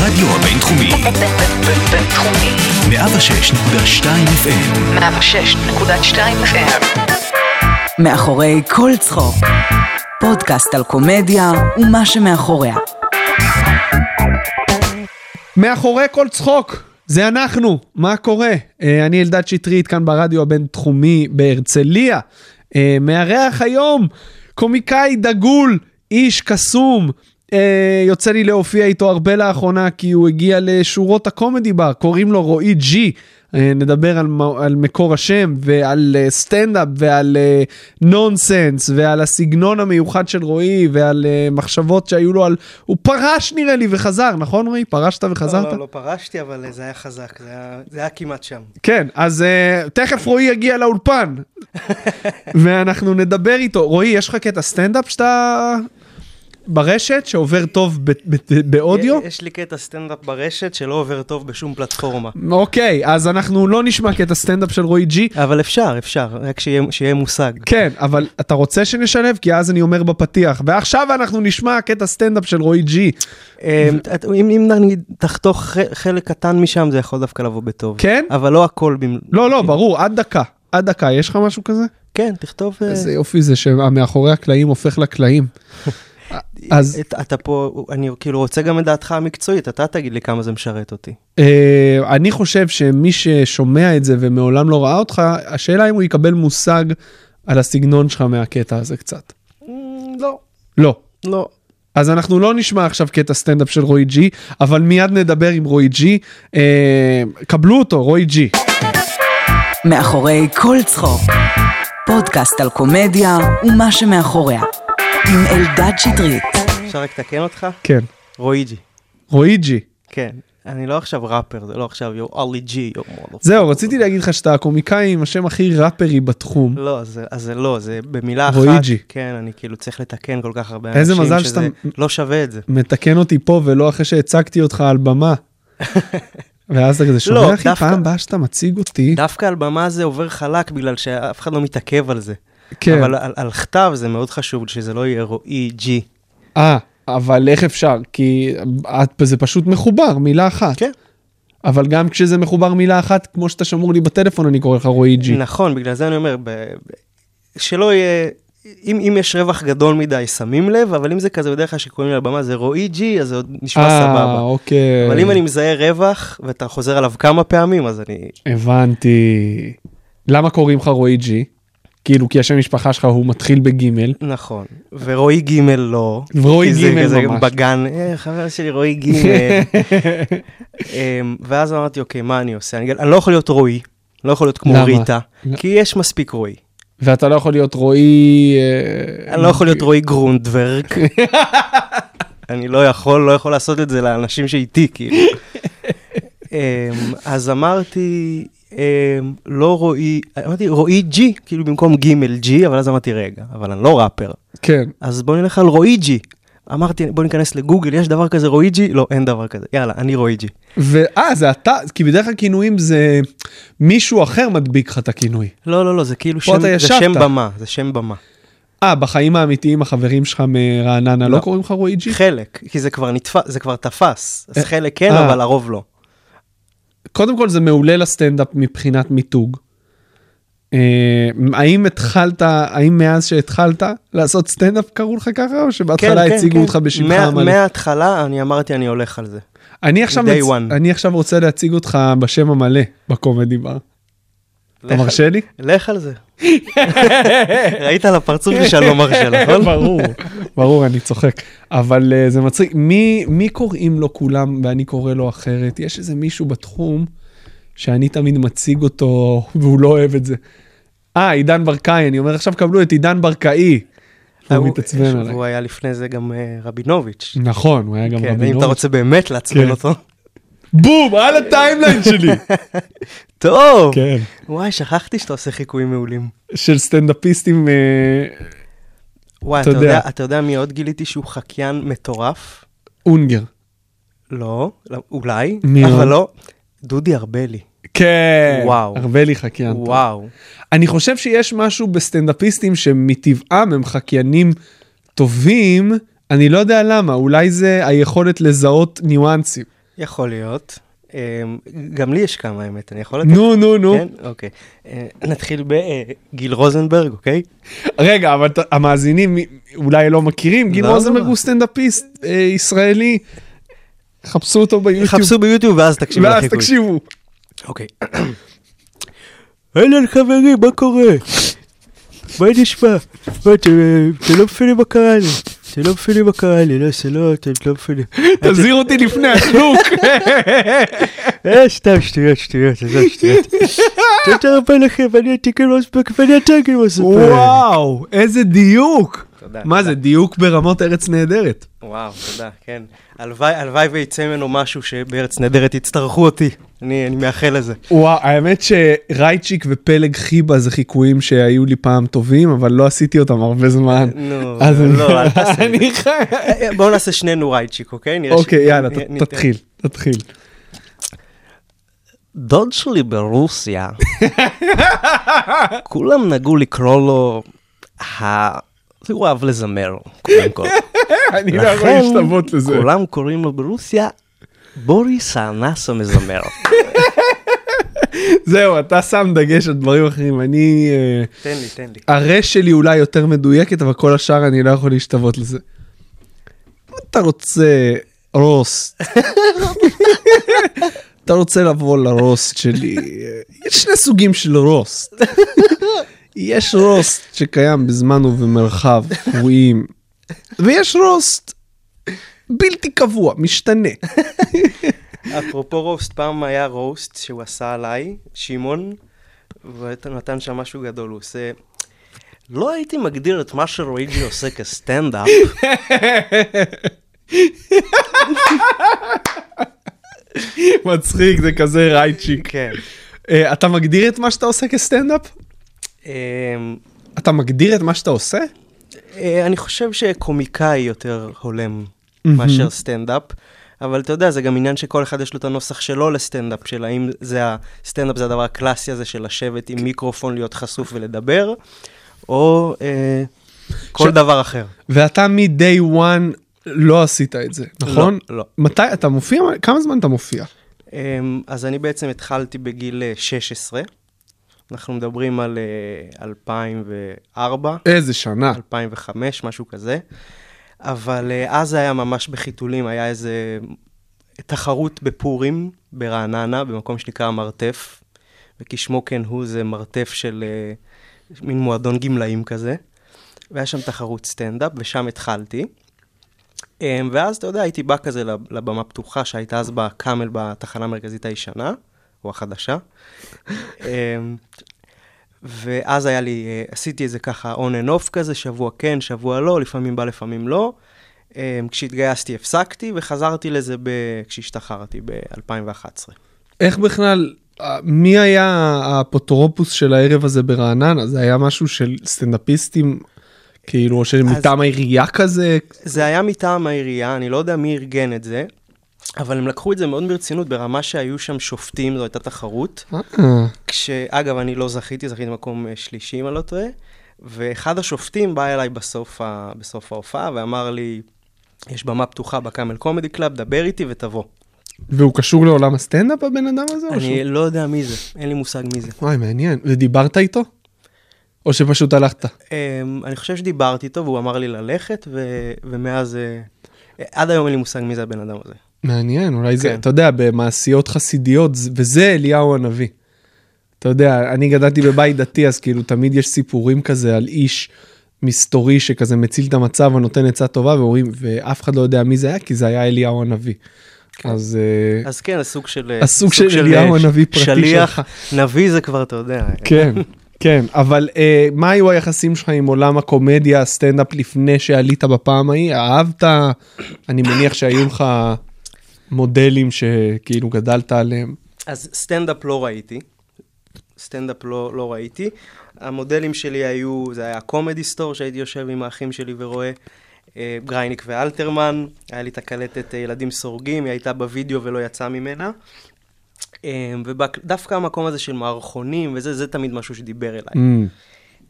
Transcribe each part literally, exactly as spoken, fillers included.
הרדיו הבינתחומי. בינתחומי. מאה ושש נקודה שתיים אף אם. מאה ושש נקודה שתיים אף אם. מאחורי כל צחוק. פודקאסט על קומדיה ומה שמאחוריה. מאחורי כל צחוק. זה אנחנו. מה קורה? אני אלדד שטרית כאן ברדיו הבינתחומי בהרצליה. מארח היום קומיקאי דגול, איש קסום. יוצא לי להופיע איתו הרבה לאחרונה כי הוא הגיע לשורות הקומדי בר, קוראים לו רועי ג'י. נדבר על, על מקור השם ועל סטנדאפ ועל נונסנס ועל הסגנון המיוחד של רועי ועל מחשבות שהיו לו על... הוא פרש נראה לי וחזר, נכון רועי? פרשת וחזרת? לא, לא, לא פרשתי, אבל זה היה חזק, זה היה, זה היה כמעט שם. כן, אז uh, תכף רועי יגיע לאולפן ואנחנו נדבר איתו. רועי, יש לך קטע סטנדאפ שאתה... ברשת, שעובר טוב באודיו? יש לי קטע סטנדאפ ברשת שלא עובר טוב בשום פלטפורמה. אוקיי, אז אנחנו לא נשמע קטע סטנדאפ של רועי ג'י. אבל אפשר, אפשר, רק שיהיה מושג. כן, אבל אתה רוצה שנשלב? כי אז אני אומר בפתיח. ועכשיו אנחנו נשמע קטע סטנדאפ של רועי ג'י. אם נגיד תחתוך חלק קטן משם, זה יכול דווקא לבוא בטוב. כן? אבל לא הכל. לא, לא, ברור, עד דקה. עד דקה, יש לך משהו כזה? כן, תכתוב... איזה יופי זה שמאחורי הקלעים הופך לקלעים. אז אתה פה, אני כאילו רוצה גם את דעתך המקצועית, אתה תגיד לי כמה זה משרת אותי. אני חושב שמי ששומע את זה ומעולם לא ראה אותך, השאלה אם הוא יקבל מושג על הסגנון שלך מהקטע הזה קצת. לא. לא. לא. אז אנחנו לא נשמע עכשיו קטע סטנדאפ של רועי ג'י, אבל מיד נדבר עם רועי ג'י. קבלו אותו, רועי ג'י. מאחורי כל צחוק. פודקאסט על קומדיה ומה שמאחוריה. עם אלדד שטרית. אפשר רק לתקן אותך? כן. רועי ג'י. רועי ג'י. כן. אני לא עכשיו ראפר, זה לא עכשיו יו אלי ג'י. זהו, רציתי להגיד לך שאתה הקומיקאי עם השם הכי ראפרי בתחום. לא, אז זה לא, זה במילה אחת. רועי ג'י. כן, אני כאילו צריך לתקן כל כך הרבה איזה אנשים מזל שזה לא שווה את זה. מתקן אותי פה ולא אחרי שהצגתי אותך על במה. ואז אתה כזה שומע אחי, פעם באה שאתה מציג אותי. דווקא על במה זה עובר חלק בגלל שאף אחד לא מתעכב על זה. כן. אבל על, על כתב זה מאוד חשוב שזה לא יהיה רועי ג'י. אה, אבל איך אפשר? כי זה פשוט מחובר, מילה אחת. כן. אבל גם כשזה מחובר מילה אחת, כמו שאתה שמור לי בטלפון, אני קורא לך רועי ג'י. נכון, בגלל זה אני אומר, ב, ב, שלא יהיה, אם, אם יש רווח גדול מדי, שמים לב, אבל אם זה כזה בדרך כלל שקוראים לי על במה, זה רועי ג'י, אז זה עוד נשמע 아, סבבה. אוקיי. אבל אם אני מזהה רווח, ואתה חוזר עליו כמה פעמים, אז אני... הבנתי. למה קוראים לך רועי ג'י? כאילו, כי השם משפחה שלך הוא מתחיל בגימל. נכון. ורועי גימל לא. ורועי גימל זה ממש. בגן, אה, חבר שלי רועי גימל. ואז אמרתי, אוקיי, מה אני עושה? אני, אני לא יכול להיות רועי, לא יכול להיות כמו למה? ריטה, כי יש מספיק רועי. ואתה לא יכול להיות רועי... אני לא יכול להיות רועי גרונדברג. אני לא יכול, לא יכול לעשות את זה לאנשים שאיתי, כאילו. אז אמרתי... לא רועי, אמרתי רועי ג'י, כאילו במקום גימל ג'י, אבל אז אמרתי רגע, אבל אני לא ראפר. כן. אז בוא נלך על רועי ג'י. אמרתי, בוא ניכנס לגוגל, יש דבר כזה רועי ג'י? לא, אין דבר כזה. יאללה, אני רועי ג'י. ואה, זה אתה, כי בדרך כלל כינויים זה מישהו אחר מדביק לך את הכינוי. לא, לא, לא, זה כאילו שם, זה שם במה, זה שם במה. אה, בחיים האמיתיים החברים שלך מרעננה לא קוראים לך רועי ג'י? חלק, כי זה כבר נתפס, זה כבר תפס. אז חלק כן, אבל הרוב לא. קודם כל זה מעולה לסטנדאפ מבחינת מיתוג. האם התחלת, האם מאז שהתחלת לעשות סטנדאפ קראו לך ככה, או שבהתחלה הציגו אותך בשמך המלא? מההתחלה אני אמרתי אני הולך על זה. אני עכשיו רוצה להציג אותך בשם המלא בקומדי בר. אתה מרשה לי? לך על זה. ראית על הפרצוף לי שאני לא מרשה, נכון? ברור, ברור, אני צוחק. אבל זה מצחיק. מי קוראים לו כולם ואני קורא לו אחרת? יש איזה מישהו בתחום שאני תמיד מציג אותו והוא לא אוהב את זה. אה, עידן ברקאי, אני אומר עכשיו קבלו את עידן ברקאי. הוא מתעצבן עליי. הוא היה לפני זה גם רבינוביץ'. נכון, הוא היה גם רבינוביץ'. אם אתה רוצה באמת לעצבן אותו. בום, על הטיימליין שלי. טוב. כן. וואי, שכחתי שאתה עושה חיקויים מעולים. של סטנדאפיסטים, וואי, אתה יודע, אתה יודע מי עוד גיליתי שהוא חקיין מטורף? אונגר. לא, אולי, אבל לא. דודי ארבלי. כן. וואו. ארבלי חקיין. וואו. אני חושב שיש משהו בסטנדאפיסטים שמטבעם הם חקיינים טובים, אני לא יודע למה, אולי זה היכולת לזהות ניואנסים. יכול להיות. גם לי יש כמה, האמת, אני יכול לתת? נו, נו, נו. כן? אוקיי. נתחיל בגיל רוזנברג, אוקיי? רגע, אבל המאזינים אולי לא מכירים, גיל רוזנברג הוא סטנדאפיסט ישראלי. חפשו אותו ביוטיוב. חפשו ביוטיוב ואז תקשיבו לחיקוי. ואז תקשיבו. אוקיי. אהלן חברים, מה קורה? מה נשמע? אתם לא מפנים מה קרה לי. אתם לא מפנים מה קרה לי. לא, זה לא, אתם לא מפנים. תזהיר אותי לפני השלוק. אה, סתם שטויות, שטויות, זה שטויות. תודה רבה לכם, אני אתיקן מספק ואני אתיקן מספק. וואו, איזה דיוק. מה זה, דיוק ברמות ארץ נהדרת. וואו, תודה, כן. הלוואי ויצא ממנו משהו שבארץ נהדרת יצטרכו אותי. אני מאחל לזה. וואו, האמת שרייצ'יק ופלג חיבה זה חיקויים שהיו לי פעם טובים, אבל לא עשיתי אותם הרבה זמן. נו, לא, אל תעשה. בואו נעשה שנינו רייצ'יק, אוקיי? אוקיי, יאללה, תתחיל, תתחיל. דוד שלי ברוסיה, כולם נגעו לקרוא לו, הוא אוהב לזמר, קודם כל. אני לא יכול להשתוות לזה. כולם קוראים לו ברוסיה, בוריס האנס המזמר. זהו, אתה שם דגש על דברים אחרים, אני... תן לי, תן לי. הרש שלי אולי יותר מדויקת, אבל כל השאר אני לא יכול להשתוות לזה. אם אתה רוצה רוסט, אתה רוצה לבוא לרוסט שלי, יש שני סוגים של רוסט. יש רוסט שקיים בזמן ובמרחב קבועים, ויש רוסט בלתי קבוע, משתנה. אפרופו רוסט, פעם היה רוסט שהוא עשה עליי, שימון, ונתן שם משהו גדול, הוא עושה, לא הייתי מגדיר את מה שרואיג'י עושה כסטנדאפ. מצחיק, זה כזה רייצ'יק. כן. אתה מגדיר את מה שאתה עושה כסטנדאפ? אתה מגדיר את מה שאתה עושה? אני חושב שקומיקאי יותר הולם מאשר סטנדאפ, אבל אתה יודע, זה גם עניין שכל אחד יש לו את הנוסח שלו לסטנדאפ, של האם זה הסטנדאפ זה הדבר הקלאסי הזה של לשבת עם מיקרופון, להיות חשוף ולדבר, או כל דבר אחר. ואתה מ-day one לא עשית את זה, נכון? לא, לא. מתי אתה מופיע? כמה זמן אתה מופיע? אז אני בעצם התחלתי בגיל שש עשרה, אנחנו מדברים על אלפיים וארבע. איזה שנה. אלפיים וחמש, משהו כזה. אבל אז היה ממש בחיתולים, היה איזה תחרות בפורים ברעננה, במקום שנקרא מרתף, וכשמו כן הוא, זה מרתף של מין מועדון גמלאים כזה, והיה שם תחרות סטנדאפ, ושם התחלתי. ואז, אתה יודע, הייתי בא כזה לבמה פתוחה, שהייתה אז בקאמל בתחנה המרכזית הישנה, או החדשה. ואז היה לי, עשיתי איזה ככה on and off כזה, שבוע כן, שבוע לא, לפעמים בא, לפעמים לא. כשהתגייסתי הפסקתי, וחזרתי לזה כשהשתחררתי ב-אלפיים ואחת עשרה. איך בכלל, מי היה האפוטרופוס של הערב הזה ברעננה? זה היה משהו של סטנדאפיסטים, כאילו, או של מטעם העירייה כזה? זה היה מטעם העירייה, אני לא יודע מי ארגן את זה, אבל הם לקחו את זה מאוד ברצינות, ברמה שהיו שם שופטים, זו הייתה תחרות. כשאגב, אני לא זכיתי, זכיתי במקום שלישי, אם אני לא טועה, ואחד השופטים בא אליי בסוף, ה... בסוף ההופעה, ואמר לי, יש במה פתוחה בקאמל קומדי קלאב, דבר איתי ותבוא. והוא קשור לעולם הסטנדאפ, הבן אדם הזה? אני לא יודע מי זה, אין לי מושג מי זה. וואי, מעניין. ודיברת איתו? או שפשוט הלכת? אני חושב שדיברתי איתו, והוא אמר לי ללכת, ומאז, עד היום אין לי מושג מי זה הבן אדם הזה. מעניין, אולי זה, אתה יודע, במעשיות חסידיות, וזה אליהו הנביא. אתה יודע, אני גדלתי בבית דתי, אז כאילו תמיד יש סיפורים כזה על איש מסתורי שכזה מציל את המצב ונותן עצה טובה, ואומרים, ואף אחד לא יודע מי זה היה, כי זה היה אליהו הנביא. אז... אז כן, הסוג של... הסוג של אליהו הנביא פרטי שלך. שליח, נביא זה כבר, אתה יודע. כן, כן, אבל מה היו היחסים שלך עם עולם הקומדיה, הסטנדאפ לפני שעלית בפעם ההיא? אהבת? אני מניח שהיו לך מודלים שכאילו גדלת עליהם. אז סטנדאפ לא ראיתי. סטנדאפ לא, לא ראיתי. המודלים שלי היו, זה היה קומדי סטור שהייתי יושב עם האחים שלי ורואה, גרייניק ואלתרמן, היה לי את הקלטת ילדים סורגים, היא הייתה בווידאו ולא יצאה ממנה. ודווקא המקום הזה של מערכונים וזה, זה תמיד משהו שדיבר אליי.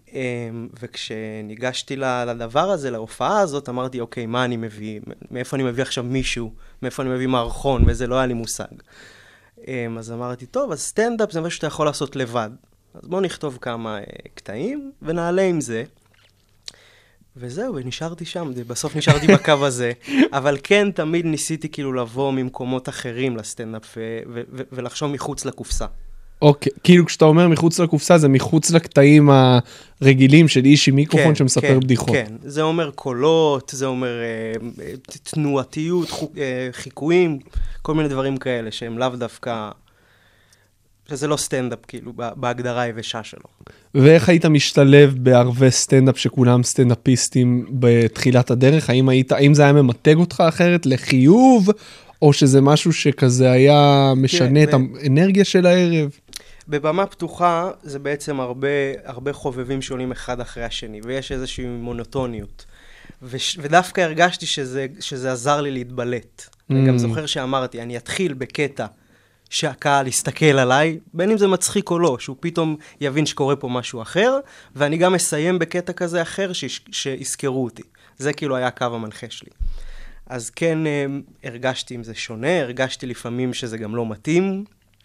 וכשניגשתי לדבר הזה, להופעה הזאת, אמרתי, אוקיי, מה אני מביא? מאיפה אני מביא עכשיו מישהו? מאיפה אני מביא מערכון? וזה לא היה לי מושג. אז אמרתי, טוב, אז סטנדאפ זה משהו שאתה יכול לעשות לבד. אז בואו נכתוב כמה קטעים, ונעלה עם זה. וזהו, ונשארתי שם, בסוף נשארתי בקו הזה. אבל כן, תמיד ניסיתי כאילו לבוא ממקומות אחרים לסטנדאפ, ולחשוב מחוץ לקופסה. אוקיי, כאילו כשאתה אומר מחוץ לקופסה, זה מחוץ לקטעים הרגילים של איש עם מיקרופון שמספר בדיחות. כן, זה אומר קולות, זה אומר תנועתיות, חיקויים, כל מיני דברים כאלה שהם לאו דווקא, שזה לא סטנדאפ כאילו בהגדרה היבשה שלו. ואיך היית משתלב בערבי סטנדאפ שכולם סטנדאפיסטים בתחילת הדרך? האם היית, האם זה היה ממתג אותך אחרת לחיוב, או שזה משהו שכזה היה משנה את האנרגיה של הערב? בבמה פתוחה זה בעצם הרבה, הרבה חובבים שעולים אחד אחרי השני, ויש איזושהי מונוטוניות. וש, ודווקא הרגשתי שזה, שזה עזר לי להתבלט. Mm. אני גם זוכר שאמרתי, אני אתחיל בקטע שהקהל יסתכל עליי, בין אם זה מצחיק או לא, שהוא פתאום יבין שקורה פה משהו אחר, ואני גם אסיים בקטע כזה אחר ש, שיזכרו אותי. זה כאילו היה הקו המנחה שלי. אז כן, הרגשתי אם זה שונה, הרגשתי לפעמים שזה גם לא מתאים.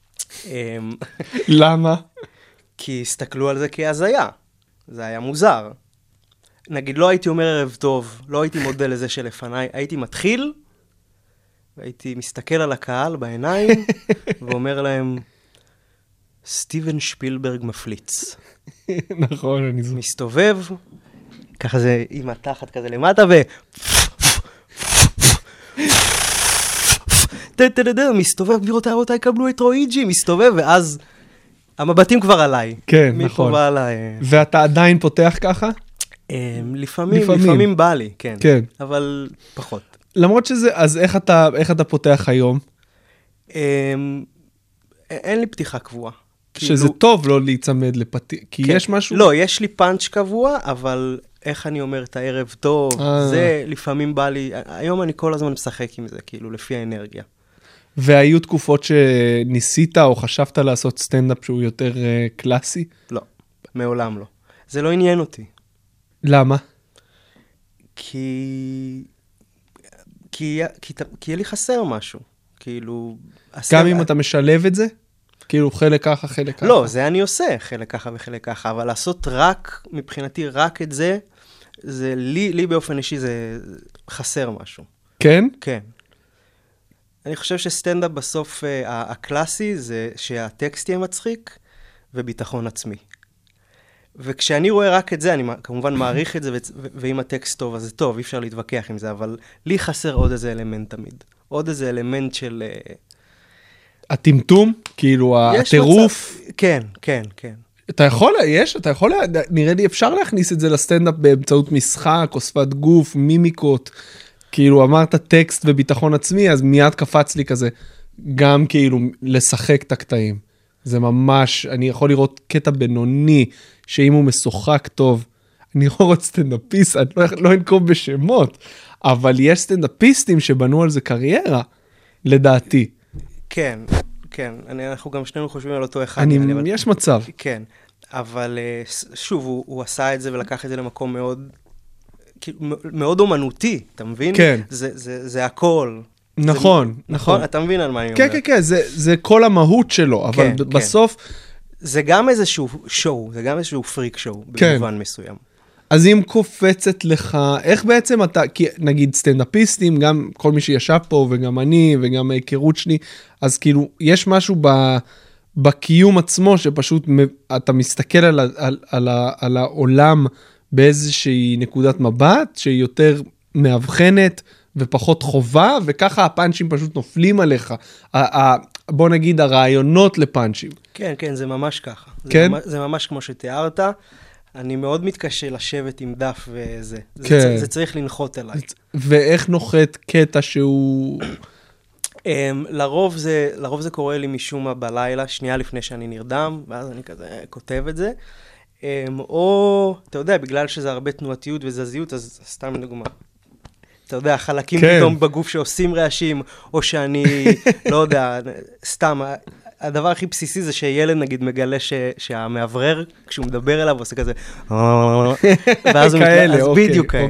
למה? כי הסתכלו על זה כהזיה. זה היה מוזר. נגיד, לא הייתי אומר ערב טוב, לא הייתי מודל לזה שלפניי, הייתי מתחיל, והייתי מסתכל על הקהל בעיניים, ואומר להם, סטיבן שפילברג מפליץ. נכון, אני זוכר. מסתובב, ככה זה עם התחת כזה למטה, ו... מסתובב, גבירותיי, רבותיי, קבלו את רואיג'י, מסתובב, ואז המבטים כבר עליי. כן, נכון. ואתה עדיין פותח ככה? לפעמים, לפעמים בא לי, כן. כן. אבל פחות. למרות שזה, אז איך אתה, איך אתה פותח היום? אין לי פתיחה קבועה. שזה טוב לא להיצמד לפתיח, כי יש משהו... לא, יש לי פאנץ' קבוע, אבל... איך אני אומר את הערב טוב, זה לפעמים בא לי, היום אני כל הזמן משחק עם זה, כאילו, לפי האנרגיה. והיו תקופות שניסית או חשבת לעשות סטנדאפ שהוא יותר קלאסי? לא, מעולם לא. זה לא עניין אותי. למה? כי... כי יהיה לי חסר משהו. כאילו... גם אם אתה משלב את זה? כאילו חלק ככה, חלק ככה. לא, זה אני עושה, חלק ככה וחלק ככה, אבל לעשות רק, מבחינתי, רק את זה, זה לי, לי באופן אישי זה חסר משהו. כן? כן. אני חושב שסטנדאפ בסוף הקלאסי זה שהטקסט יהיה מצחיק וביטחון עצמי. וכשאני רואה רק את זה, אני כמובן מעריך את זה, ואם הטקסט טוב, אז זה טוב, אי אפשר להתווכח עם זה, אבל לי חסר עוד איזה אלמנט תמיד. עוד איזה אלמנט של... הטמטום, כאילו הטירוף. כן, כן, כן. אתה יכול, יש, אתה יכול, נראה לי אפשר להכניס את זה לסטנדאפ באמצעות משחק, או שפת גוף, מימיקות. כאילו אמרת טקסט וביטחון עצמי, אז מיד קפץ לי כזה, גם כאילו לשחק את הקטעים. זה ממש, אני יכול לראות קטע בינוני, שאם הוא משוחק טוב, אני יכול לראות סטנדאפיסט, אני לא, לא אנקוב בשמות, אבל יש סטנדאפיסטים שבנו על זה קריירה, לדעתי. כן, כן, אני, אנחנו גם שנינו חושבים על אותו אחד. אני, אני, אבל, יש מצב. כן, אבל שוב, הוא, הוא עשה את זה ולקח את זה למקום מאוד, מאוד אומנותי, אתה מבין? כן. זה, זה, זה הכל. נכון, זה, נכון. אתה מבין על מה אני אומר? כן, כן, כן, זה, זה כל המהות שלו, אבל כן, בסוף... כן. זה גם איזשהו שואו, זה גם איזשהו פריק שואו, כן. במובן מסוים. אז אם קופצת לך, איך בעצם אתה, כי נגיד סטנדאפיסטים, גם כל מי שישב פה, וגם אני, וגם ההיכרות שלי, אז כאילו, יש משהו ב, בקיום עצמו, שפשוט אתה מסתכל על, על, על, על העולם באיזושהי נקודת מבט, שהיא יותר מאבחנת, ופחות חובה, וככה הפאנצ'ים פשוט נופלים עליך. בוא נגיד, הרעיונות לפאנצ'ים. כן, כן, זה ממש ככה. כן? זה ממש, זה ממש כמו שתיארת. אני מאוד מתקשה לשבת עם דף וזה. זה, כן. זה, זה צריך לנחות אליי. ואיך נוחת קטע שהוא... Um, לרוב זה, לרוב זה קורה לי משום מה בלילה, שנייה לפני שאני נרדם, ואז אני כזה כותב את זה. Um, או, אתה יודע, בגלל שזה הרבה תנועתיות וזזיות, אז סתם דוגמה. אתה יודע, חלקים כן. פתאום בגוף שעושים רעשים, או שאני, לא יודע, סתם, הדבר הכי בסיסי זה שילד נגיד מגלה שהמעברר, כשהוא מדבר אליו, עושה כזה, ואז הוא מתלהב, אז בדיוק כאלה.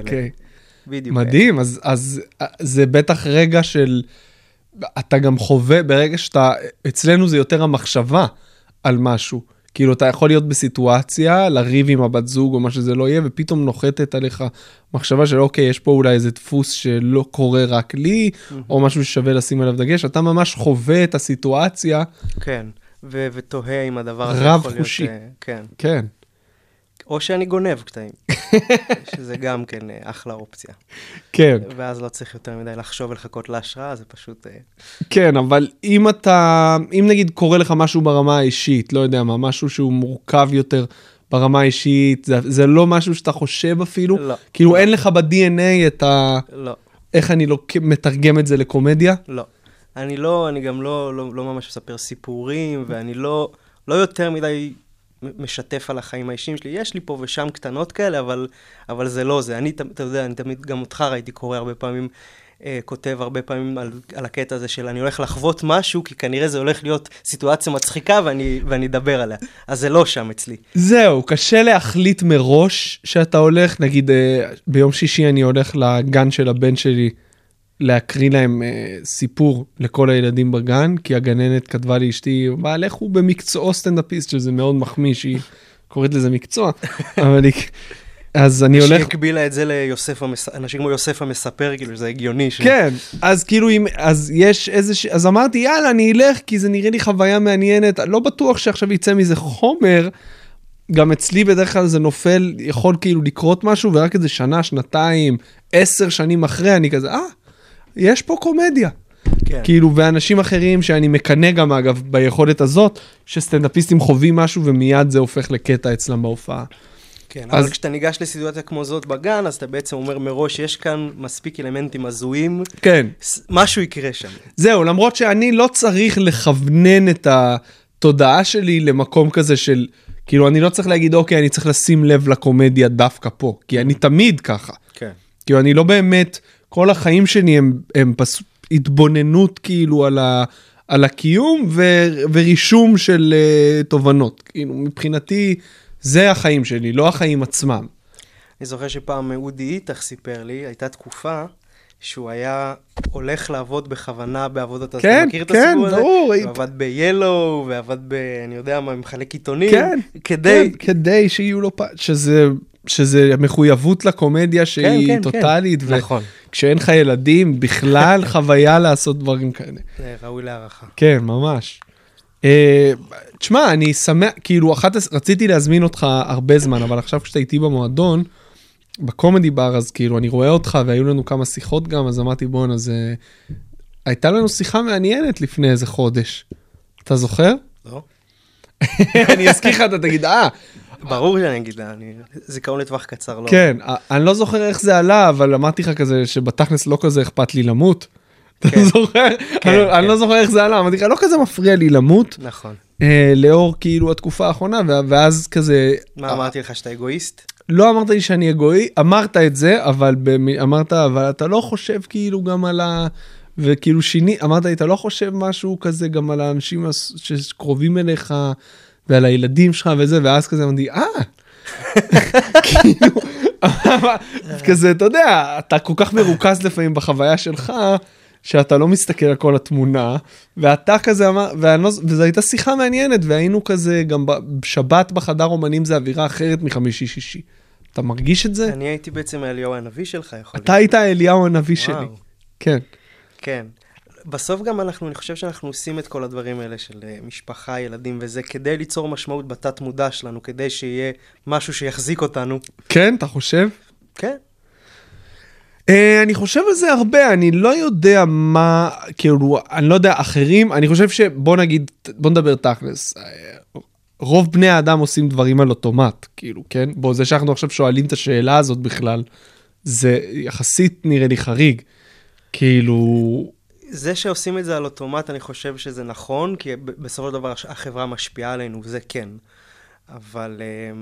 מדהים, אז זה בטח רגע של, אתה גם חווה, ברגע שאתה, אצלנו זה יותר המחשבה על משהו, כאילו אתה יכול להיות בסיטואציה, לריב עם הבת זוג או מה שזה לא יהיה, ופתאום נוחתת עליך מחשבה של אוקיי, יש פה אולי איזה דפוס שלא קורה רק לי, או משהו ששווה לשים עליו דגש, אתה ממש חווה את הסיטואציה. כן, ו- ותוהה עם הדבר הזה. רב חושי. כן. כן. או שאני גונב קטעים, שזה גם כן אחלה אופציה. כן. ואז לא צריך יותר מדי לחשוב ולחכות להשראה, זה פשוט... כן, אבל אם אתה, אם נגיד קורה לך משהו ברמה האישית, לא יודע מה, משהו שהוא מורכב יותר ברמה האישית, זה, זה לא משהו שאתה חושב אפילו? לא. כאילו לא. אין לך ב-די אן איי את ה... לא. איך אני לא מתרגם את זה לקומדיה? לא. אני לא, אני גם לא, לא, לא ממש מספר סיפורים, ואני לא, לא יותר מדי... משתף על החיים האישיים שלי. יש לי פה ושם קטנות כאלה, אבל, אבל זה לא זה. אני, אתה יודע, אני תמיד, גם אותך ראיתי קורא הרבה פעמים, אה, כותב הרבה פעמים על, על הקטע הזה של אני הולך לחוות משהו, כי כנראה זה הולך להיות סיטואציה מצחיקה, ואני, ואני אדבר עליה. אז זה לא שם אצלי. זהו, קשה להחליט מראש שאתה הולך, נגיד, אה, ביום שישי אני הולך לגן של הבן שלי, להקריא להם אה, סיפור לכל הילדים בגן, כי הגננת כתבה לי אשתי, מה, לכו במקצועו סטנדאפיסט, שזה מאוד מחמיא, שהיא קוראת לזה מקצוע, אבל היא... אז אני הולך... שהקבילה את זה ליוסף המספר, אנשים כמו יוסף המספר, כאילו, זה הגיוני. ש... כן, אז כאילו, אז יש איזה... ש... אז אמרתי, יאללה, אני אלך, כי זה נראה לי חוויה מעניינת, לא בטוח שעכשיו יצא מזה חומר, גם אצלי בדרך כלל זה נופל, יכול כאילו לקרות משהו, ורק איזה שנה, שנתיים, עשר שנים אחרי, אני כזה, אה, יש פה קומדיה. כן. כאילו, ואנשים אחרים שאני מקנה גם, אגב, ביכולת הזאת, שסטנדאפיסטים חווים משהו, ומיד זה הופך לקטע אצלם בהופעה. כן, אז... אבל כשאתה ניגש לסיטואציה כמו זאת בגן, אז אתה בעצם אומר מראש, יש כאן מספיק אלמנטים הזויים. כן. משהו יקרה שם. זהו, למרות שאני לא צריך לכוונן את התודעה שלי למקום כזה של, כאילו, אני לא צריך להגיד, אוקיי, אני צריך לשים לב לקומדיה דווקא פה, כי אני תמיד ככה. כן. כאילו, אני לא באמת... כל החיים שלי הם, הם פס... התבוננות כאילו על, ה... על הקיום ו... ורישום של uh, תובנות. כאילו, מבחינתי, זה החיים שלי, לא החיים עצמם. אני זוכר שפעם אודי איתך סיפר לי, הייתה תקופה שהוא היה הולך לעבוד בכוונה בעבודות. כן, אתה מכיר את כן, הסיפור הזה? ברור. הוא עבד ב-Yellow, ועבד ב... אני יודע מה, מחלק עיתונים. כן, כדי... כן, כדי שיהיו לו... שזה... שזה מחויבות לקומדיה שהיא כן, כן, טוטלית, כן. נכון. וכשאין לך ילדים, בכלל חוויה לעשות דברים כאלה. זה ראוי להערכה. כן, ממש. תשמע, אני שמח, כאילו, אחת, רציתי להזמין אותך הרבה זמן, אבל עכשיו כשאתה איתי במועדון, בקומדי בר, אז כאילו, אני רואה אותך, והיו לנו כמה שיחות גם, אז אמרתי, בואו, אז הייתה לנו שיחה מעניינת לפני איזה חודש. אתה זוכר? לא. אני אזכיר לך, אתה תגיד, אה, ברור שאני אגיד, אני... זיכרון לטווח קצר, לא. כן, אני לא זוכר איך זה עלה, אבל אמרתי לך כזה, שבתכלס לא כזה אכפת לי למות. אתה זוכר? אני לא זוכר איך זה עלה, אמרתי לך, לא כזה מפריע לי למות. נכון. לאור כאילו התקופה האחרונה, ואז כזה... מה אמרתי לך, שאתה אגואיסט? לא אמרת לי שאני אגואי, אמרת את זה, אבל אמרת, אבל אתה לא חושב כאילו גם על ה... וכאילו שיני, אמרת לי, אתה לא חושב משהו כזה גם על האנשים שקרובים אליך, ועל הילדים שלך וזה, ואז כזה אמרתי, אה, כאילו, כזה, אתה יודע, אתה כל כך מרוכז לפעמים בחוויה שלך, שאתה לא מסתכל על כל התמונה, ואתה כזה אמר, וזו הייתה שיחה מעניינת, והיינו כזה, גם בשבת בחדר אומנים זה אווירה אחרת מחמישי שישי. אתה מרגיש את זה? אני הייתי בעצם אליהו הנביא שלך, יכול להיות. אתה היית אליהו הנביא שלי. כן. כן. בסוף גם אנחנו, אני חושב שאנחנו עושים את כל הדברים האלה של משפחה, ילדים וזה, כדי ליצור משמעות בתת מודע שלנו, כדי שיהיה משהו שיחזיק אותנו. כן, אתה חושב? כן. אני חושב על זה הרבה, אני לא יודע מה, כאילו, אני לא יודע, אחרים, אני חושב שבוא נגיד, בוא נדבר תכלס, רוב בני האדם עושים דברים על אוטומט, כאילו, כן? בוא, זה שאנחנו עכשיו שואלים את השאלה הזאת בכלל, זה יחסית נראה לי חריג, כאילו... זה שעושים את זה על אוטומט, אני חושב שזה נכון, כי בסופו של דבר החברה משפיעה עלינו, וזה כן. אבל,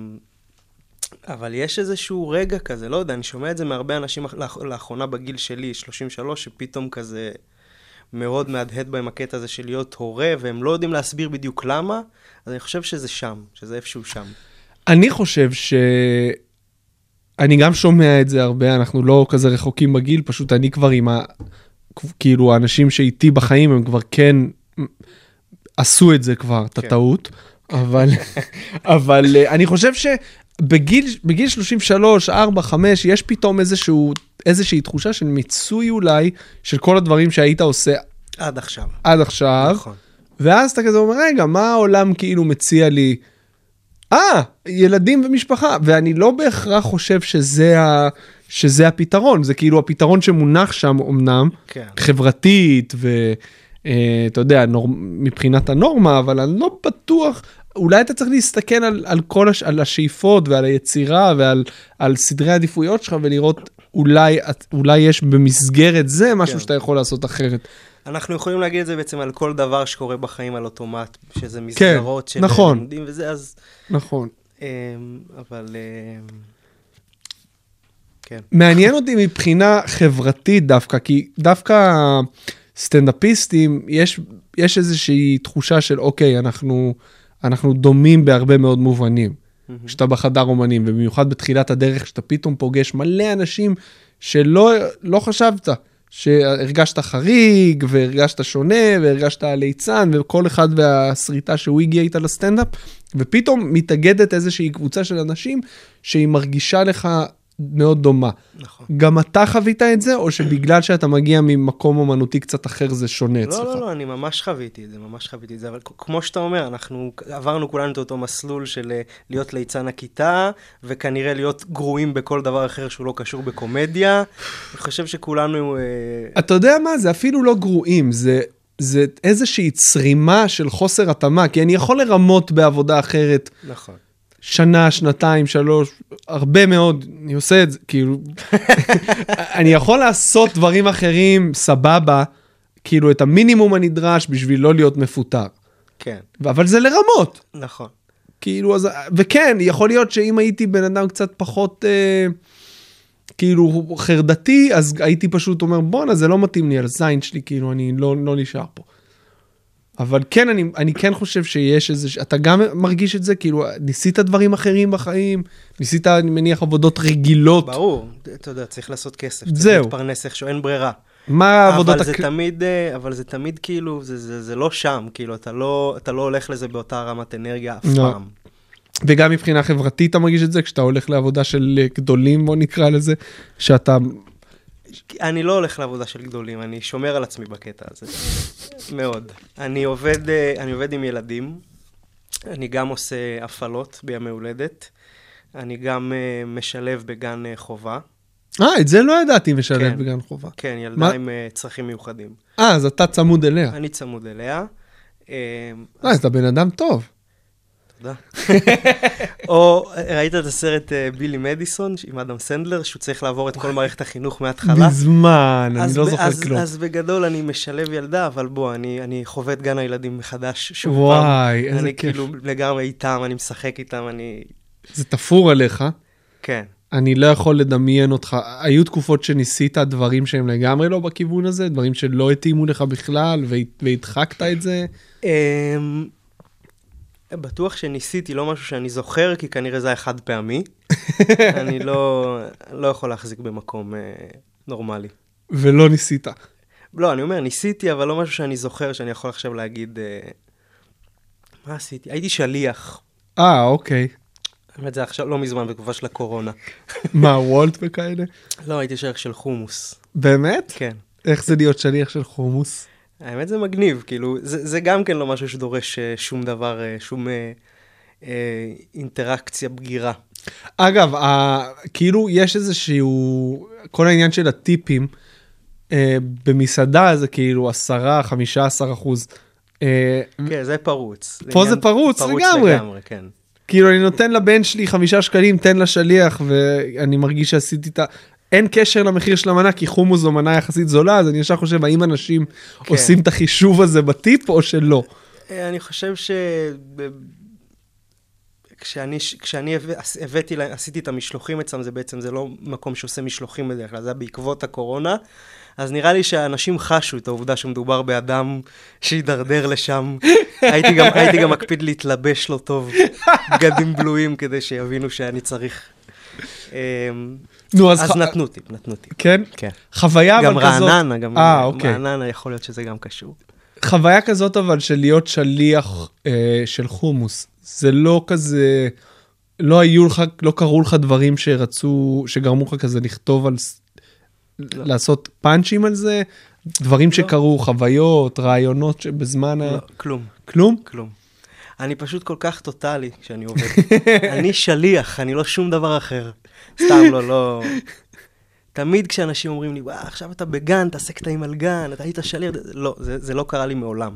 אבל יש איזשהו רגע כזה, לא יודע, אני שומע את זה מהרבה אנשים לאחרונה בגיל שלי, שלושים ושלוש, שפתאום כזה מאוד מהדהד בהם הקטע הזה של להיות הורה, והם לא יודעים להסביר בדיוק למה, אז אני חושב שזה שם, שזה איפשהו שם. אני חושב ש... אני גם שומע את זה הרבה, אנחנו לא כזה רחוקים בגיל, פשוט אני כבר עם ה... כאילו, האנשים שאיתי בחיים, הם כבר כן עשו את זה כבר, את הטעות, אבל, אבל אני חושב שבגיל בגיל שלושים ושלוש, ארבע, חמש, יש פתאום איזשהו, איזושהי תחושה של מיצוי אולי, של כל הדברים שהיית עושה עד עכשיו. עד עכשיו, נכון. ואז אתה כזה אומר, רגע, מה העולם כאילו מציע לי? אה, ילדים ומשפחה, ואני לא בהכרח חושב שזה, ה, שזה הפתרון, זה כאילו הפתרון שמונח שם אמנם, כן. חברתית, ואתה יודע, נור, מבחינת הנורמה, אבל אני לא בטוח, אולי אתה צריך להסתכל על, על כל הש, על השאיפות ועל היצירה ועל על סדרי העדיפויות שלך, ולראות אולי, אולי יש במסגרת זה משהו כן. שאתה יכול לעשות אחרת. אנחנו יכולים להגיד את זה בעצם על כל דבר שקורה בחיים על אוטומט, שזה מסגרות כן, של נכון. לימודים וזה, אז... נכון. אבל... כן. מעניין אותי מבחינה חברתית דווקא, כי דווקא סטנדאפיסטים, יש, יש איזושהי תחושה של, אוקיי, אנחנו, אנחנו דומים בהרבה מאוד מובנים. שאתה בחדר אומנים, ובמיוחד בתחילת הדרך, שאתה פתאום פוגש מלא אנשים שלא לא חשבת. שהרגשת חריג, והרגשת שונה, והרגשת ליצן, וכל אחד והסריטה שהוא הגיע איתה לסטנדאפ, ופתאום מתאגדת איזושהי קבוצה של אנשים, שהיא מרגישה לך מאוד דומה. נכון. גם אתה חווית את זה, או שבגלל שאתה מגיע ממקום אומנותי קצת אחר, זה שונה אצלך? לא, לא, לא, אני ממש חוויתי את זה, ממש חוויתי את זה, אבל כמו שאתה אומר, אנחנו עברנו כולנו את אותו מסלול של להיות ליצן הכיתה, וכנראה להיות גרועים בכל דבר אחר שהוא לא קשור בקומדיה. אני חושב שכולנו... אתה יודע מה? זה אפילו לא גרועים, זה... זה איזושהי צרימה של חוסר התאמה, כי אני יכול לרמות בעבודה אחרת. נכון. שנה, שנתיים, שלוש, הרבה מאוד, אני עושה את זה, כאילו, אני יכול לעשות דברים אחרים, סבבה, כאילו את המינימום הנדרש בשביל לא להיות מפוטר. כן. אבל זה לרמות. נכון. כאילו, אז, וכן, יכול להיות שאם הייתי בן אדם קצת פחות, אה, כאילו, חרדתי, אז הייתי פשוט אומר, בוא, זה לא מתאים לי על זין שלי, כאילו, אני לא, לא נשאר פה. אבל כן, אני, אני כן חושב שיש איזה, אתה גם מרגיש את זה, כאילו, ניסית דברים אחרים בחיים, ניסית, אני מניח, עבודות רגילות. ברור, אתה יודע, צריך לעשות כסף, זהו. צריך להתפרנס איכשהו, אין ברירה. מה העבודות... אבל זה תמיד, אבל זה תמיד כאילו, זה, זה, זה לא שם, כאילו, אתה לא, אתה לא הולך לזה באותה רמת אנרגיה אף לא. פעם. וגם מבחינה חברתית אתה מרגיש את זה, כשאתה הולך לעבודה של גדולים, בוא נקרא לזה, שאתה... אני לא הולך לעבודה של גדולים, אני שומר על עצמי בקטע הזה. מאוד. אני עובד, אני עובד עם ילדים, אני גם עושה הפעלות בימי הולדת, אני גם משלב בגן חובה. אה, את זה לא ידעתי משלב כן. בגן חובה. כן, ילדה מה? עם צרכים מיוחדים. אה, אז אתה צמוד אליה. אני צמוד אליה. אה, אז אתה בן אדם טוב. תודה. או ראית את הסרט בילי מדיסון עם אדם סנדלר, שהוא צריך לעבור את כל מערכת החינוך מההתחלה? בזמן, אני לא זוכר כלום. אז בגדול אני משלב ילדה, אבל בוא, אני חווה את גן הילדים מחדש שוב פעם. וואי, איזה אני כיף. כאילו לגמרי איתם, אני משחק איתם, אני... זה תפור עליך. כן. אני לא יכול לדמיין אותך. היו תקופות שניסית דברים שהם לגמרי לא בכיוון הזה, דברים שלא התאימו לך בכלל, והדחקת את זה? בטוח שניסיתי, לא משהו שאני זוכר, כי כנראה זה היה חד פעמי. אני לא, לא יכול להחזיק במקום אה, נורמלי. ולא ניסית. לא, אני אומר, ניסיתי, אבל לא משהו שאני זוכר, שאני יכול עכשיו להגיד, אה, מה עשיתי? הייתי שליח. אה, אוקיי. באמת, זה עכשיו לא מזמן, בתקופה של הקורונה. מה, וולט וכאלה? לא, הייתי שליח של חומוס. באמת? כן. איך זה להיות שליח של חומוס? האמת זה מגניב, כאילו, זה, זה גם כן לא משהו שדורש שום דבר, שום אה, אה, אינטראקציה בגירה. אגב, ה, כאילו יש איזשהו, כל העניין של הטיפים, אה, במסעדה זה כאילו עשרה, חמישה עשר אחוז. אה, כן, זה פרוץ. פה זה פרוץ, פרוץ לגמרי. לגמרי, כן. כאילו אני נותן לבן שלי חמישה שקלים, תן לשליח, ואני מרגיש שעשיתי את ה... אין קשר למחיר של המנה, כי חומוס זו מנה יחסית זולה, אז אני ישר חושב, האם אנשים כן. עושים את החישוב הזה בטיפ או שלא? אני חושב ש... כשאני, כשאני הבאתי, עשיתי את המשלוחים אצלם, זה בעצם, זה לא מקום שעושה משלוחים בדרך כלל, זה היה בעקבות הקורונה, אז נראה לי שהאנשים חשו את העובדה שמדובר באדם שידרדר לשם. הייתי גם, הייתי גם מקפיד להתלבש לו טוב, בגדים בלויים, כדי שיבינו שאני צריך. נו, אז, אז ח... נתנו טיפ, נתנו טיפ. כן? כן. חוויה אבל כזאת... גם רעננה, גם אה, אוקיי. רעננה, יכול להיות שזה גם קשור. חוויה כזאת אבל של להיות שליח אה, של חומוס, זה לא כזה, לא היו לך, לא קראו לך דברים שרצו, שגרמו לך כזה לכתוב על, לא. לעשות פאנצ'ים על זה, דברים לא. שקרו, חוויות, רעיונות שבזמן לא, ה... כלום. כלום? כלום. אני פשוט כל כך טוטלי כשאני עובד. אני שליח, אני לא שום דבר אחר. סתם לא, לא... תמיד כשאנשים אומרים לי, וואה, עכשיו אתה בגן, תעשה קטעים על גן, אתה היית שליח, לא, זה, זה לא קרה לי מעולם.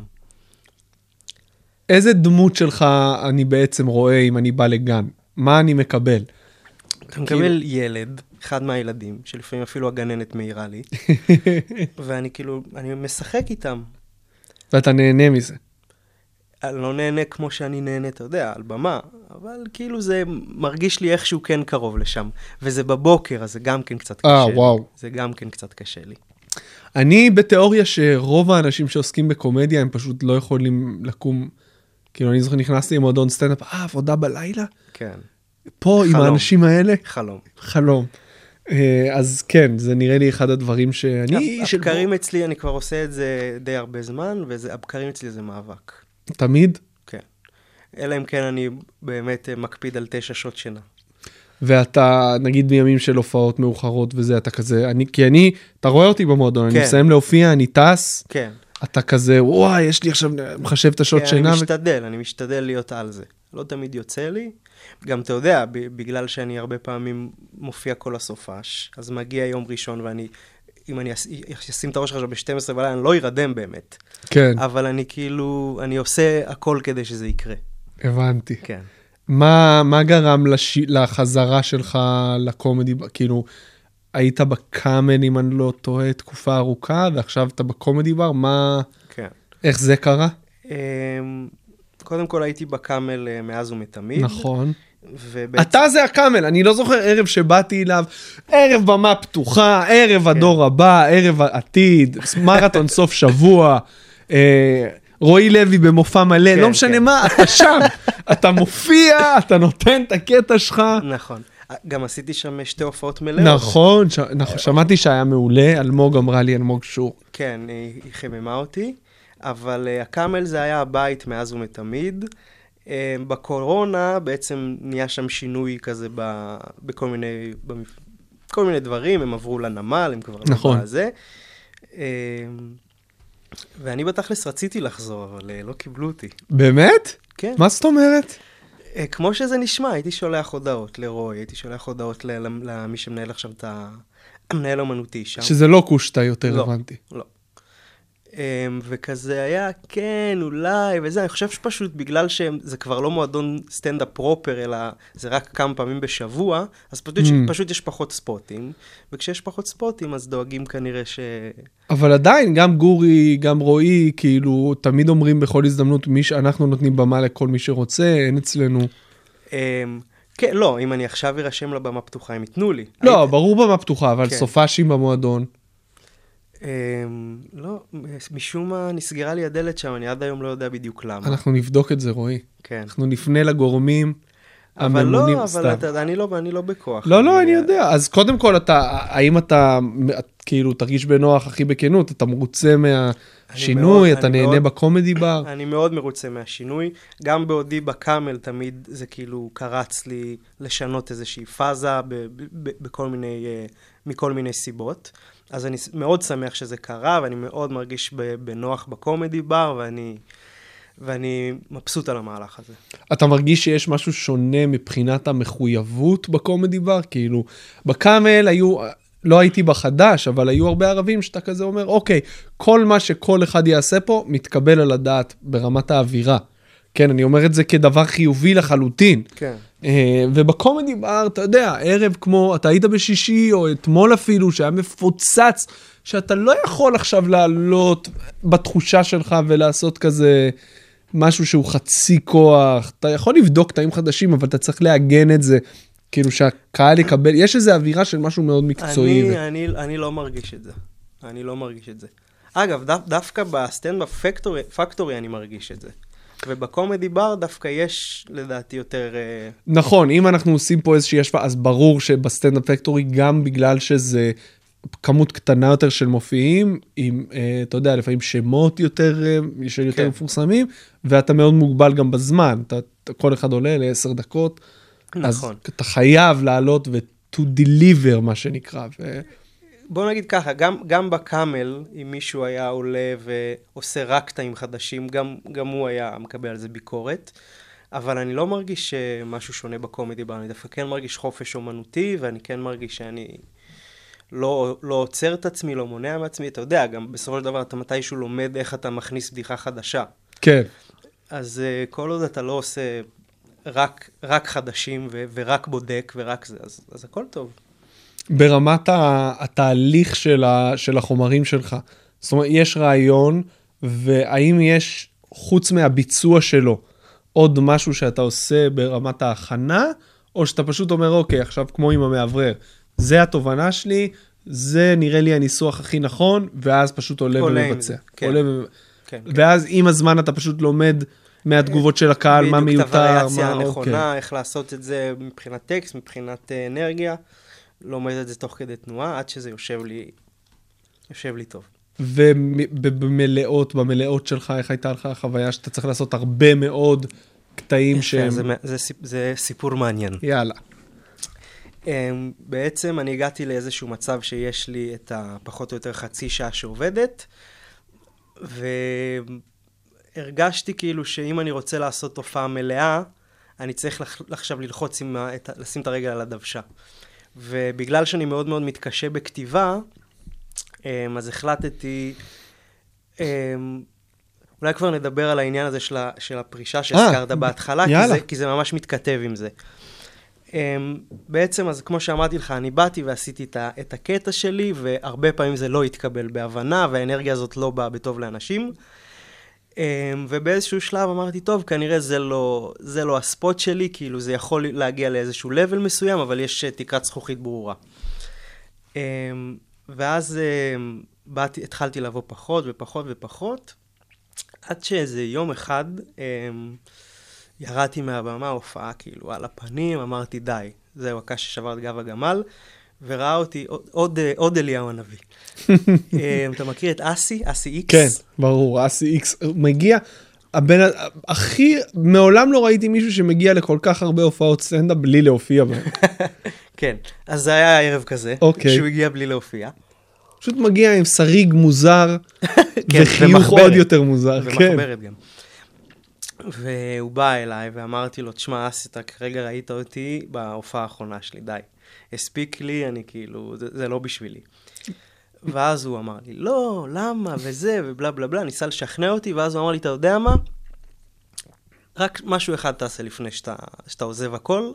איזה דמות שלך אני בעצם רואה אם אני בא לגן? מה אני מקבל? אתה מקבל ילד, אחד מהילדים, שלפעמים אפילו הגננת מהירה לי, ואני כאילו, אני משחק איתם. ואתה נהנה מזה. אני לא נהנה כמו שאני נהנה, אתה יודע, על במה, אבל כאילו זה מרגיש לי איכשהו כן קרוב לשם. וזה בבוקר, אז זה גם כן קצת קשה לי. אה, וואו. זה גם כן קצת קשה לי. אני בתיאוריה שרוב האנשים שעוסקים בקומדיה, הם פשוט לא יכולים לקום, כאילו אני זוכר, נכנסתי עם מועדון סטנדאפ, אה, עבודה בלילה? כן. פה חלום. עם האנשים האלה? חלום. חלום. אז כן, זה נראה לי אחד הדברים שאני... הבקרים אצלי, אני כבר עושה את זה די הרבה זמן, והבקרים אצלי זה מאבק. תמיד? כן. אלא אם כן אני באמת מקפיד על תשע שעות שינה. ואתה, נגיד בימים של הופעות מאוחרות וזה, אתה כזה, אני, כי אני, אתה רואה אותי במועדון, כן. אני מסיים להופיע, אני טס, כן. אתה כזה, וואי, יש לי עכשיו, מחשב את השעות כן, שינה. אני משתדל, ו... אני משתדל להיות על זה. לא תמיד יוצא לי. גם אתה יודע, בגלל שאני הרבה פעמים מופיע כל הסופש, אז מגיע יום ראשון ואני... אם אני אשים את הראש עכשיו ב-שתים עשרה בלילה, אני לא ירדם באמת. כן. אבל אני כאילו, אני עושה הכל כדי שזה יקרה. הבנתי. כן. מה, מה גרם לש... לחזרה שלך לקומדי? כאילו, היית בקאמן, אם אני לא טועה, תקופה ארוכה, ועכשיו אתה בקומדי בר, מה... כן. איך זה קרה? קודם כל הייתי בקאמל מאז ומתמיד. נכון. ובעצם... אתה זה הקאמל, אני לא זוכר ערב שבאתי אליו, ערב במה פתוחה, ערב הדור הבא, ערב העתיד, מרתון סוף שבוע, רועי לוי במופע מלא, לא משנה מה, אתה שם, אתה מופיע, אתה נותן את הקטע שלך. נכון. גם עשיתי שם שתי הופעות מלאות. נכון, שמעתי שהיה מעולה, אלמוג אמרה לי, אלמוג שור. כן, היא חיממה אותי, אבל הקאמל זה היה הבית מאז ומתמיד. בקורונה בעצם נהיה שם שינוי כזה בכל מיני, בכל מיני דברים, הם עברו לנמל, הם כבר נכון. לא בזה. ואני בתכלס רציתי לחזור, אבל לא קיבלו אותי. באמת? כן. מה זאת אומרת? כמו שזה נשמע, הייתי שולח הודעות לרוי, הייתי שולח הודעות למי שמנהל עכשיו את המנהל אומנותי שם. שזה לא קושטה יותר, לא, הבנתי. לא. וכזה היה, כן, אולי, וזה, אני חושב שפשוט בגלל שזה כבר לא מועדון סטנדאפ פרופר, אלא זה רק כמה פעמים בשבוע, אז פשוט, mm. פשוט יש פחות ספוטים, וכשיש פחות ספוטים, אז דואגים כנראה ש... אבל עדיין, גם גורי, גם רועי, כאילו, תמיד אומרים בכל הזדמנות, מי שאנחנו נותנים במה לכל מי שרוצה, אין אצלנו. כן, לא, אם אני עכשיו ארשם לבמה פתוחה, הם ייתנו לי. לא, ברור במה פתוחה, אבל סופשים במועדון. לא, משום מה נסגרה לי הדלת שם, אני עד היום לא יודע בדיוק למה. אנחנו נבדוק את זה, רועי. כן. אנחנו נפנה לגורמים הממונים. אבל לא, אבל אני לא, אני לא בכוח. לא, לא, אני יודע. אז קודם כל, האם אתה, כאילו, תרגיש בנוח הכי בכנות, אתה מרוצה מהשינוי, אתה נהנה בקומדי בר? אני מאוד מרוצה מהשינוי. גם בעודי בקאמל תמיד זה כאילו קרץ לי לשנות איזושהי פאזה בכל מיני, מכל מיני סיבות. אז אני מאוד שמח שזה קרה, ואני מאוד מרגיש בנוח בקומדי בר, ואני, ואני מבסוט על המהלך הזה. אתה מרגיש שיש משהו שונה מבחינת המחויבות בקומדי בר? כאילו, בקאמל היו, לא הייתי בחדש, אבל היו הרבה ערבים שאתה כזה אומר, אוקיי, כל מה שכל אחד יעשה פה, מתקבל על הדעת ברמת האווירה. כן, אני אומר את זה כדבר חיובי לחלוטין. כן. ובקומדי בר, אתה יודע, ערב כמו, אתה היית בשישי, או אתמול אפילו, שהיה מפוצץ, שאתה לא יכול עכשיו לעלות בתחושה שלך ולעשות כזה, משהו שהוא חצי כוח, אתה יכול לבדוק תאים חדשים, אבל אתה צריך לעגן את זה, כאילו שהקהל יקבל, יש איזו אווירה של משהו מאוד מקצועי. אני, ו... אני, אני לא מרגיש את זה. אני לא מרגיש את זה. אגב, דו, דווקא בסטנדאפ פקטורי, פקטורי אני מרגיש את זה. ובקומדי בר דווקא יש לדעתי יותר... נכון, אם אנחנו עושים פה איזושהי השוואה, אז ברור שבסטנדאפ פקטורי, גם בגלל שזה כמות קטנה יותר של מופיעים, עם, אתה יודע, לפעמים שמות יותר, של יותר כן. מפורסמים, ואתה מאוד מוגבל גם בזמן. אתה, כל אחד עולה לעשר דקות, נכון. אז אתה חייב לעלות ו-to deliver, מה שנקרא. ו... בוא נגיד ככה, גם, גם בקאמל, אם מישהו היה עולה ועושה רק קטעים חדשים, גם, גם הוא היה מקבל על זה ביקורת, אבל אני לא מרגיש משהו שונה בקומדי בר, אני דווקא כן מרגיש חופש אומנותי, ואני כן מרגיש שאני לא, לא עוצר את עצמי, לא מונע מעצמי, אתה יודע, גם בסופו של דבר אתה מתישהו לומד איך אתה מכניס בדיחה חדשה. כן. אז uh, כל עוד אתה לא עושה רק, רק חדשים ו- ורק בודק ורק זה, אז, אז הכל טוב. ברמת התהליך של, ה, של החומרים שלך, זאת אומרת, יש רעיון, והאם יש, חוץ מהביצוע שלו, עוד משהו שאתה עושה ברמת ההכנה, או שאתה פשוט אומר, אוקיי, עכשיו כמו עם המעברר, זה התובנה שלי, זה נראה לי הניסוח הכי נכון, ואז פשוט עולה ומבצע. כן. עולה ו... כן, ואז כן. עם הזמן אתה פשוט לומד מהתגובות של הקהל, מה מיותר, בדיוק, את הווריאציה הנכונה, איך לעשות את זה מבחינת טקסט, מבחינת אנרגיה, לומד את זה תוך כדי תנועה, עד שזה יושב לי, יושב לי טוב. ובמלאות, במלאות שלך, איך הייתה לך החוויה שאתה צריך לעשות הרבה מאוד קטעים שהם... זה, זה, זה סיפור מעניין. יאללה. בעצם אני הגעתי לאיזשהו מצב שיש לי את הפחות או יותר חצי שעה שעובדת, והרגשתי כאילו שאם אני רוצה לעשות תופעה מלאה, אני צריך עכשיו ללחוץ, עם, לשים את הרגל על הדוושה. ובגלל שאני מאוד מאוד מתקשה בכתיבה, אז החלטתי, אולי כבר נדבר על העניין הזה של, של הפרישה שהזכרת בהתחלה, כי זה, כי זה ממש מתכתב עם זה. בעצם, אז כמו שאמרתי לך, אני באתי ועשיתי את, ה, את הקטע שלי, והרבה פעמים זה לא התקבל בהבנה, והאנרגיה הזאת לא באה בטוב לאנשים. ובאיזשהו שלב אמרתי, טוב, כנראה זה לא, זה לא הספוט שלי, כאילו זה יכול להגיע לאיזשהו לבל מסוים, אבל יש תקרת זכוכית ברורה. ואז באתי, התחלתי לבוא פחות ופחות ופחות, עד שאיזה יום אחד ירדתי מהבמה, הופעה כאילו על הפנים, אמרתי די, זהו הקש ששבר את גב הגמל, וראה אותי עוד, עוד, עוד אליהו הנביא. אתה מכיר את אסי? אסי איקס? כן, ברור, אסי איקס. מגיע, הבן, הכי, מעולם לא ראיתי מישהו שמגיע לכל כך הרבה הופעות סטנדאפ בלי להופיע בהם. כן, אז זה היה הערב כזה, אוקיי. שהוא הגיע בלי להופיע. פשוט מגיע עם שריג מוזר, כן, וחיוך עוד יותר מוזר. ומחברת גם. והוא בא אליי ואמרתי לו, תשמע, אסי, אתה כרגע ראית אותי בהופעה האחרונה שלי, די. הספיק לי, אני כאילו, זה, זה לא בשבילי. ואז הוא אמר לי, לא, למה, וזה, ובלה בלה בלה, ניסה לשכנע אותי, ואז הוא אמר לי, אתה יודע מה? רק משהו אחד תעשה לפני שאתה, שאתה עוזב הכל,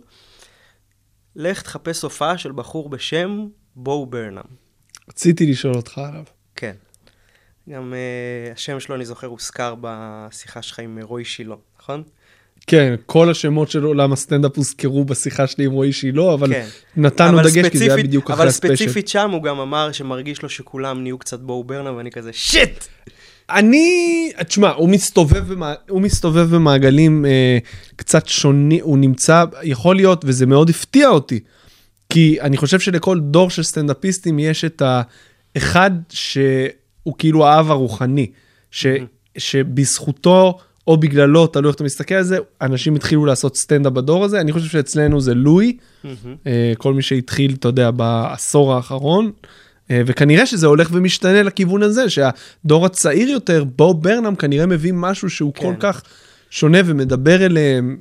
לך תחפש הופעה של בחור בשם בו ברנם. רציתי לשאול אותך עליו. כן. גם uh, השם שלו, אני זוכר, הוזכר בשיחה שלך עם רועי שילה, נכון? כן, כל השמות של עולם הסטנדאפ הוזכרו בשיחה שלי עם רועי שילה, אבל כן. נתנו אבל דגש, כי זה היה בדיוק אחרי הספיישל. אבל ספציפית שם הוא גם אמר שמרגיש לו שכולם נהיו קצת בו ברנם, ואני כזה, שיט! אני, תשמע, הוא מסתובב, במע... הוא מסתובב במעגלים אה, קצת שונים, הוא נמצא, יכול להיות, וזה מאוד הפתיע אותי, כי אני חושב שלכל דור של סטנדאפיסטים יש את האחד שהוא כאילו האב הרוחני, ש... שבזכותו או בגללו, תלוי איך אתה מסתכל על זה, אנשים התחילו לעשות סטנדאפ בדור הזה, אני חושב שאצלנו זה לואי, כל מי שהתחיל, אתה יודע, בעשור האחרון, וכנראה שזה הולך ומשתנה לכיוון הזה, שהדור הצעיר יותר, בו ברנם כנראה מביא משהו שהוא כל כך שונה ומדבר אליהם.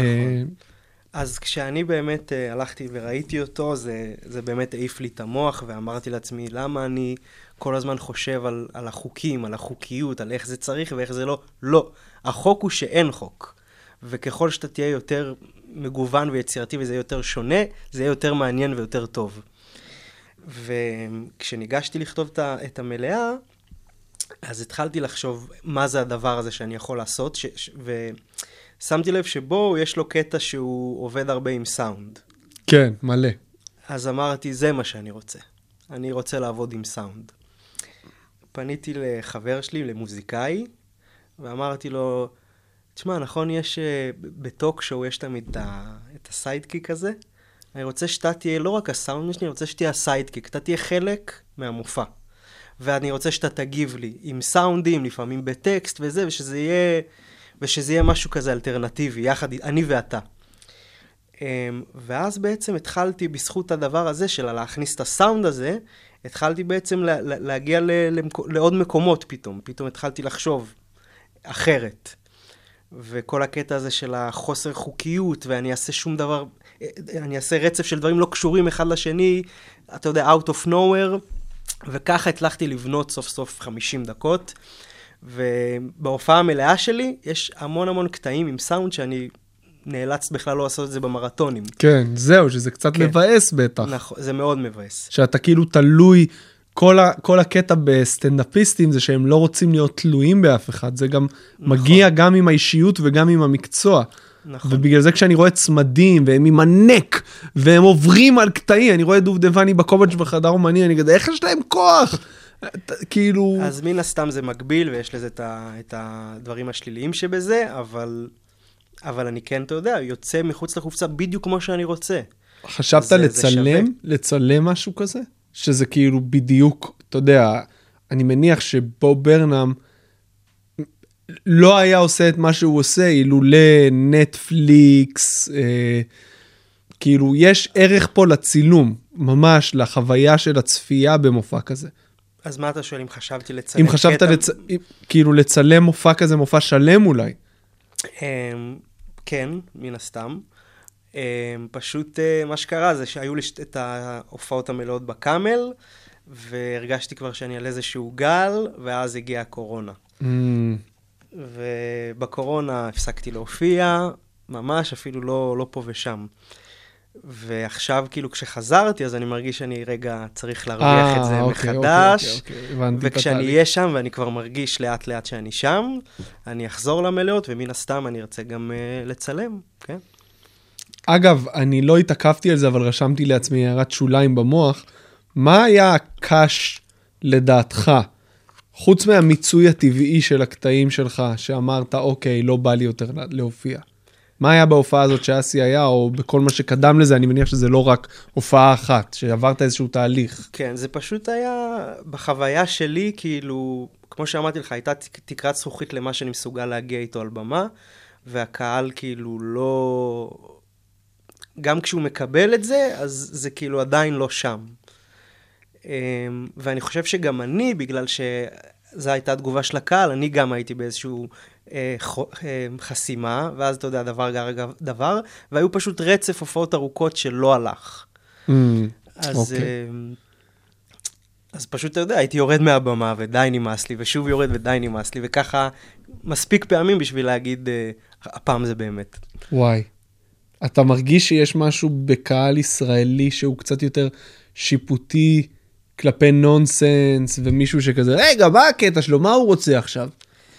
אז כשאני באמת הלכתי וראיתי אותו, זה, זה באמת העיף לי את המוח, ואמרתי לעצמי, למה אני כל הזמן חושב על, על החוקים, על החוקיות, על איך זה צריך ואיך זה לא? לא. החוק הוא שאין חוק. וככל שאתה תהיה יותר מגוון ויצירתי וזה יותר שונה, זה יהיה יותר מעניין ויותר טוב. וכשניגשתי לכתוב את המלאה, אז התחלתי לחשוב מה זה הדבר הזה שאני יכול לעשות, ש, ש, ושמתי לב שבו יש לו קטע שהוא עובד הרבה עם סאונד. כן, מלא. אז אמרתי, זה מה שאני רוצה. אני רוצה לעבוד עם סאונד. פניתי לחבר שלי, למוזיקאי, ואמרתי לו, תשמע, נכון, יש, בטוק שואו יש תמיד את, את הסיידקיק הזה. אני רוצה שאתה תהיה, לא רק הסאונד שלי, אני רוצה שתהיה הסיידקיק. אתה תהיה חלק מהמופע. ואני רוצה שאתה תגיב לי עם סאונדים, לפעמים בטקסט וזה, ושזה יהיה, ושזה יהיה משהו כזה אלטרנטיבי, יחד, אני ואתה. ואז בעצם התחלתי בזכות הדבר הזה של להכניס את הסאונד הזה, התחלתי בעצם לה, להגיע ל, לעוד מקומות פתאום. פתאום התחלתי לחשוב אחרת. וכל הקטע הזה של החוסר חוקיות, ואני אעשה שום דבר, אני אעשה רצף של דברים לא קשורים אחד לשני, אתה יודע, out of nowhere, וככה הצלחתי לבנות סוף סוף חמישים דקות, ובהופעה המלאה שלי יש המון המון קטעים עם סאונד שאני נאלץ בכלל לא לעשות את זה במרתונים. כן, זהו, שזה קצת כן. מבאס בטח. נכון, זה מאוד מבאס. שאתה כאילו תלוי, כל, ה, כל הקטע בסטנדאפיסטים זה שהם לא רוצים להיות תלויים באף אחד, זה גם נכון. מגיע גם עם האישיות וגם עם המקצוע. נכון. ובגלל זה כשאני רואה צמדים, והם עם הנק, והם עוברים על קטעים, אני רואה דובדבני בקובץ' בחדר אומני, אני אגיד, איך יש להם כוח? כאילו... אז מן הסתם זה מגביל, ויש לזה את, ה, את הדברים השליליים שבזה, אבל, אבל אני כן, אתה יודע, יוצא מחוץ לחופצה בדיוק כמו שאני רוצה. חשבת זה, לצלם, זה לצלם משהו כזה? שזה כאילו בדיוק, אתה יודע, אני מניח שבו ברנם, לא היה עושה את מה שהוא עושה, אילולא נטפליקס, אה, כאילו יש ערך פה לצילום, ממש לחוויה של הצפייה במופע כזה. אז מה אתה שואל, אם חשבתי לצלם? אם חשבת לצ... כאילו לצלם מופע כזה, מופע שלם אולי? כן, מן הסתם. פשוט מה שקרה זה שהיו לי את ההופעות המלאות בקאמל, והרגשתי כבר שאני על איזשהו גל, ואז הגיעה הקורונה. ובקורונה הפסקתי להופיע, ממש אפילו לא, לא פה ושם. ועכשיו כאילו כשחזרתי, אז אני מרגיש שאני רגע צריך להרוויח את זה אוקיי, מחדש. אוקיי, אוקיי, אוקיי. וכשאני אהיה שם, ואני כבר מרגיש לאט לאט שאני שם, אני אחזור למלאות, ומן הסתם אני ארצה גם uh, לצלם, כן? אגב, אני לא התעכבתי על זה, אבל רשמתי לעצמי הערת שוליים במוח. מה היה הקש לדעתך? חוץ מהמיצוי הטבעי של הקטעים שלך, שאמרת, אוקיי, לא בא לי יותר להופיע. מה היה בהופעה הזאת שאסי היה, או בכל מה שקדם לזה? אני מניח שזה לא רק הופעה אחת, שעברת איזשהו תהליך. כן, זה פשוט היה, בחוויה שלי, כאילו, כמו שאמרתי לך, הייתה תקרת זכוכית למה שאני מסוגל להגיע איתו על במה, והקהל כאילו לא... גם כשהוא מקבל את זה, אז זה כאילו עדיין לא שם. ואני חושב שגם אני, בגלל שזו הייתה תגובה של הקהל, אני גם הייתי באיזשהו חסימה, ואז אתה יודע, דבר גר דבר, והיו פשוט רצף הופעות ארוכות שלא הלך. אז, אז פשוט אתה יודע, הייתי יורד מהבמה ודי נמאס לי, ושוב יורד ודי נמאס לי, וככה מספיק פעמים בשביל להגיד, הפעם זה באמת. וואי. אתה מרגיש שיש משהו בקהל ישראלי שהוא קצת יותר שיפוטי כלפי נונסנס, ומישהו שכזה, רגע, מה הקטע שלו? מה הוא רוצה עכשיו?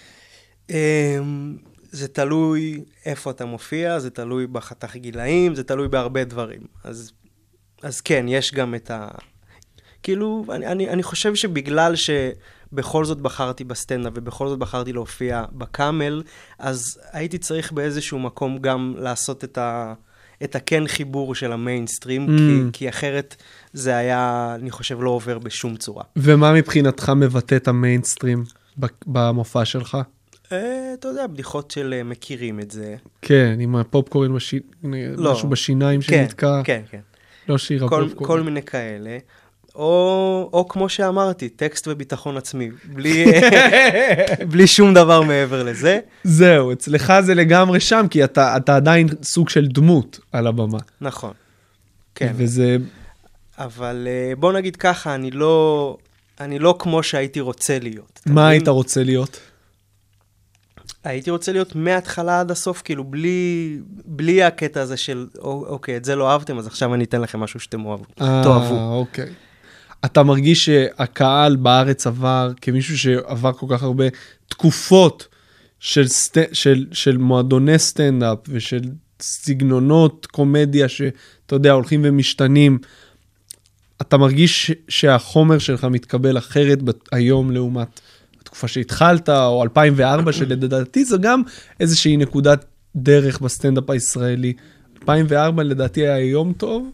זה תלוי איפה אתה מופיע, זה תלוי בחתך גילאים, זה תלוי בהרבה דברים. אז, אז כן, יש גם את ה... כאילו, אני, אני, אני חושב שבגלל שבכל זאת בחרתי בסטנדאפ, ובכל זאת בחרתי להופיע בקאמל, אז הייתי צריך באיזשהו מקום גם לעשות את ה... את הכן חיבור של המיינסטרים, mm. כי, כי אחרת זה היה, אני חושב, לא עובר בשום צורה. ומה מבחינתך מבטא את המיינסטרים במופע שלך? אה, אתה יודע, בדיחות של מכירים את זה. כן, עם הפופקורן, בשיט... לא. משהו בשיניים כן, שנתקע. כן, כן. לא שיר כל, הפופקורן. כל מיני כאלה. או, או כמו שאמרתי, טקסט וביטחון עצמי, בלי, בלי שום דבר מעבר לזה. זהו, אצלך זה לגמרי שם, כי אתה, אתה עדיין סוג של דמות על הבמה. נכון. כן. וזה... אבל בוא נגיד ככה, אני לא, אני לא כמו שהייתי רוצה להיות. מה היית רוצה להיות? הייתי רוצה להיות מההתחלה עד הסוף, כאילו בלי, בלי הקטע הזה של, אוקיי, את זה לא אהבתם, אז עכשיו אני אתן לכם משהו שאתם אוהבו. אה, אוקיי. אתה מרגיש שהקהל בארץ עבר, כמישהו שעבר כל כך הרבה תקופות של, סט, של, של מועדוני סטנדאפ ושל סגנונות קומדיה שאתה יודע, הולכים ומשתנים, אתה מרגיש שהחומר שלך מתקבל אחרת היום לעומת התקופה שהתחלת, או אלפיים וארבע שלדעתי זה גם איזושהי נקודת דרך בסטנדאפ הישראלי. אלפיים וארבע לדעתי היה יום טוב,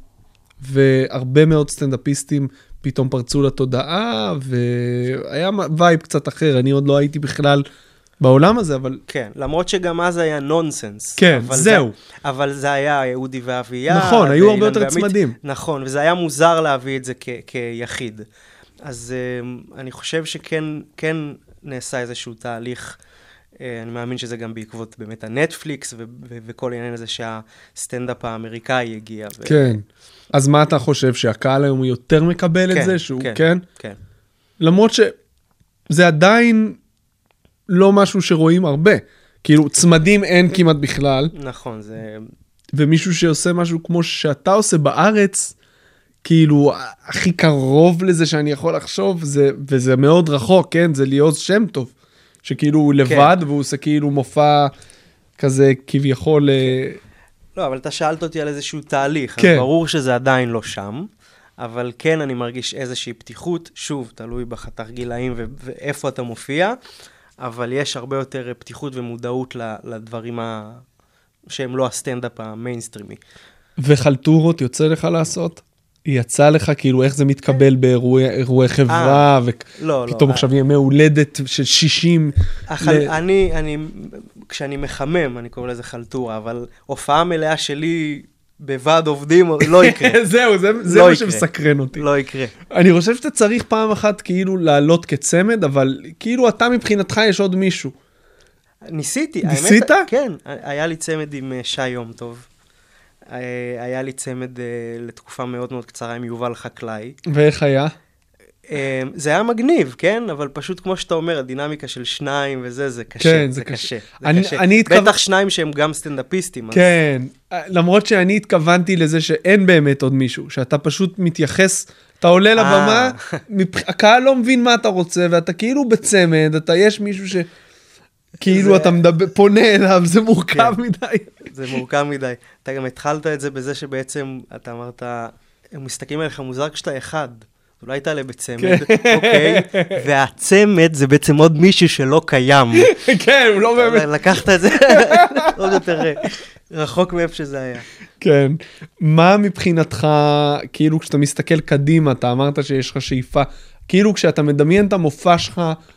והרבה מאוד סטנדאפיסטים פתאום פרצו לתודעה, והיה וייב קצת אחר, אני עוד לא הייתי בכלל בעולם הזה, אבל... כן, למרות שגם אז היה נונסנס. כן, זהו. זה, אבל זה היה אודי ואביה. נכון, היו הרבה יותר צמדים. נכון, וזה היה מוזר להביא את זה כ- כיחיד. אז uh, אני חושב שכן כן נעשה איזשהו תהליך, uh, אני מאמין שזה גם בעקבות באמת הנטפליקס, ו- ו- וכל העניין הזה שהסטנדאפ האמריקאי הגיע. ו- כן. אז מה אתה חושב, שהקהל היום יותר מקבל כן, את זה? שהוא, כן, כן? כן. למרות שזה עדיין לא משהו שרואים הרבה. כאילו, צמדים אין כמעט בכלל. נכון, זה... ומישהו שעושה משהו כמו שאתה עושה בארץ, כאילו, הכי קרוב לזה שאני יכול לחשוב, זה, וזה מאוד רחוק, כן? זה ליעוז שם טוב, שכאילו הוא לבד, כן. והוא עושה כאילו מופע כזה כביכול... לא, אבל אתה שאלת אותי על איזשהו תהליך, כן. אז ברור שזה עדיין לא שם, אבל כן אני מרגיש איזושהי פתיחות, שוב, תלוי בחתך גילאים ו- ואיפה אתה מופיע, אבל יש הרבה יותר פתיחות ומודעות לדברים ה... שהם לא הסטנדאפ המיינסטרימי. וחלטורות יוצא לך לעשות? יצא לך כאילו איך זה מתקבל באירועי חברה, ופתאום עכשיו ימי הולדת של שישים. אני, אני, כשאני מחמם, אני קורא לזה חלטורה, אבל הופעה מלאה שלי בוועד עובדים לא יקרה. זהו, זה מה שמסקרן אותי. לא יקרה. אני חושב שאתה צריך פעם אחת כאילו לעלות כצמד, אבל כאילו אתה מבחינתך יש עוד מישהו. ניסיתי. ניסית? כן, היה לי צמד עם שי יום טוב. היה לי צמד לתקופה מאוד מאוד קצרה עם יובל חקלאי. ואיך היה? זה היה מגניב, כן? אבל פשוט כמו שאתה אומר, הדינמיקה של שניים וזה, זה קשה. כן, זה קשה. בטח שניים שהם גם סטנדאפיסטים. כן, למרות שאני התכוונתי לזה שאין באמת עוד מישהו, שאתה פשוט מתייחס, אתה עולה לבמה, הקהל לא מבין מה אתה רוצה, ואתה כאילו בצמד, אתה יש מישהו ש... כאילו אתה פונה אליו, זה מורכב מדי. זה מורכב מדי. אתה גם התחלת את זה בזה שבעצם, אתה אמרת, הם מסתכלים עליך מוזר כשאתה אחד. אולי תעלה בצמד, אוקיי? והצמד זה בעצם עוד מישהו שלא קיים. כן, הוא לא באמת. לקחת את זה עוד יותר רחוק מאיפה שזה היה. כן. מה מבחינתך, כאילו כשאתה מסתכל קדימה, אתה אמרת שיש לך שאיפה, כאילו כשאתה מדמיין את המופע שלך,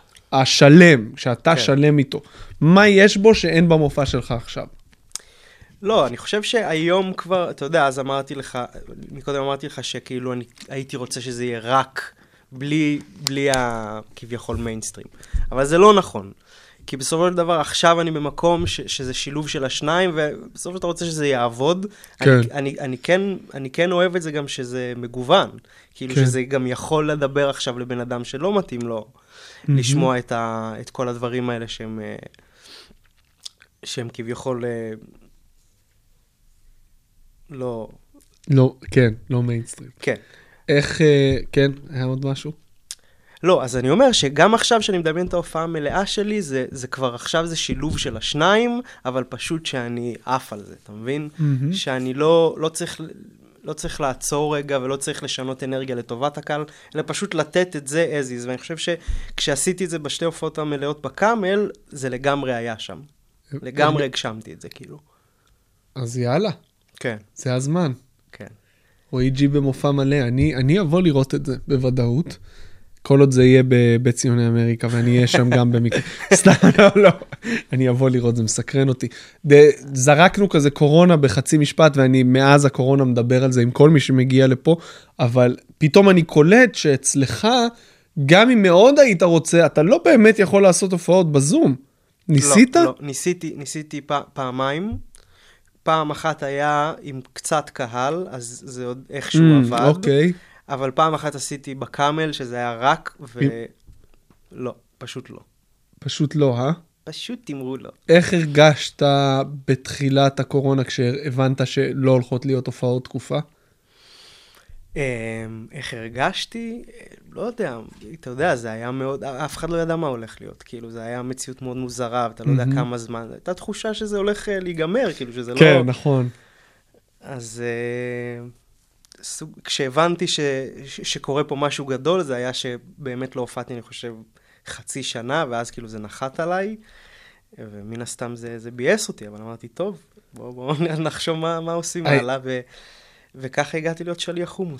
השלם, שאתה שלם איתו, מה יש בו שאין במופע שלך עכשיו? לא, אני חושב שהיום כבר, אתה יודע, אז אמרתי לך, מקודם אמרתי לך שכאילו אני הייתי רוצה שזה יהיה רק בלי, בלי הכביכול מיינסטרים. אבל זה לא נכון. כי בסופו של דבר, עכשיו אני במקום ש, שזה שילוב של השניים, ובסופו אתה רוצה שזה יעבוד. כן. אני, אני, אני, כן, אני כן אוהב את זה גם שזה מגוון. כאילו כן. שזה גם יכול לדבר עכשיו לבן אדם שלא מתאים לו, mm-hmm. לשמוע את, ה, את כל הדברים האלה שהם, שהם כביכול... לא... לא, כן, לא מיינסטרים. כן. איך, כן, היה עוד משהו? לא, אז אני אומר שגם עכשיו שאני מדמיין את ההופעה המלאה שלי, זה, זה כבר עכשיו זה שילוב של השניים, אבל פשוט שאני עף על זה, אתה מבין? Mm-hmm. שאני לא, לא צריך... לא צריך לעצור רגע ולא צריך לשנות אנרגיה לטובת הקהל, אלא פשוט לתת את זה as is. ואני חושב שכשעשיתי את זה בשתי הופעות המלאות בקאמל, זה לגמרי היה שם. לגמרי הגשמתי את זה, כאילו. אז יאללה. כן. זה הזמן. כן. רועי ג'י במופע מלא. אני, אני אבוא לראות את זה בוודאות. כל עוד זה יהיה בבית ציוני אמריקה, ואני אהיה שם גם במקרה. סתם, לא, לא. אני אבוא לראות, זה מסקרן אותי. זרקנו כזה קורונה בחצי משפט, ואני מאז הקורונה מדבר על זה עם כל מי שמגיע לפה, אבל פתאום אני קולט שאצלך, גם אם מאוד היית רוצה, אתה לא באמת יכול לעשות הופעות בזום. ניסית? לא, לא. ניסיתי, ניסיתי פ- פעמיים. פעם אחת היה עם קצת קהל, אז זה עוד איכשהו mm, עבד. אוקיי. אבל פעם אחת עשיתי בקאמל, שזה היה רק, ולא, פשוט לא. פשוט לא, אה? פשוט תמרו לא. איך הרגשת בתחילת הקורונה, כשהבנת שלא הולכות להיות הופעות תקופה? איך הרגשתי? לא יודע, אתה יודע, זה היה מאוד, אף אחד לא ידע מה הולך להיות, כאילו, זה היה מציאות מאוד מוזרה, ואתה לא יודע כמה זמן, הייתה תחושה שזה הולך להיגמר, כאילו, שזה לא... כן, נכון. אז כשהבנתי שקורה פה משהו גדול, זה היה שבאמת לא הופעתי, אני חושב, חצי שנה, ואז כאילו זה נחת עליי, ומן הסתם זה ביאס אותי, אבל אמרתי, טוב, בואו נחשוב מה עושים הלאה, ו... וככה הגעתי להיות שליח חומוס.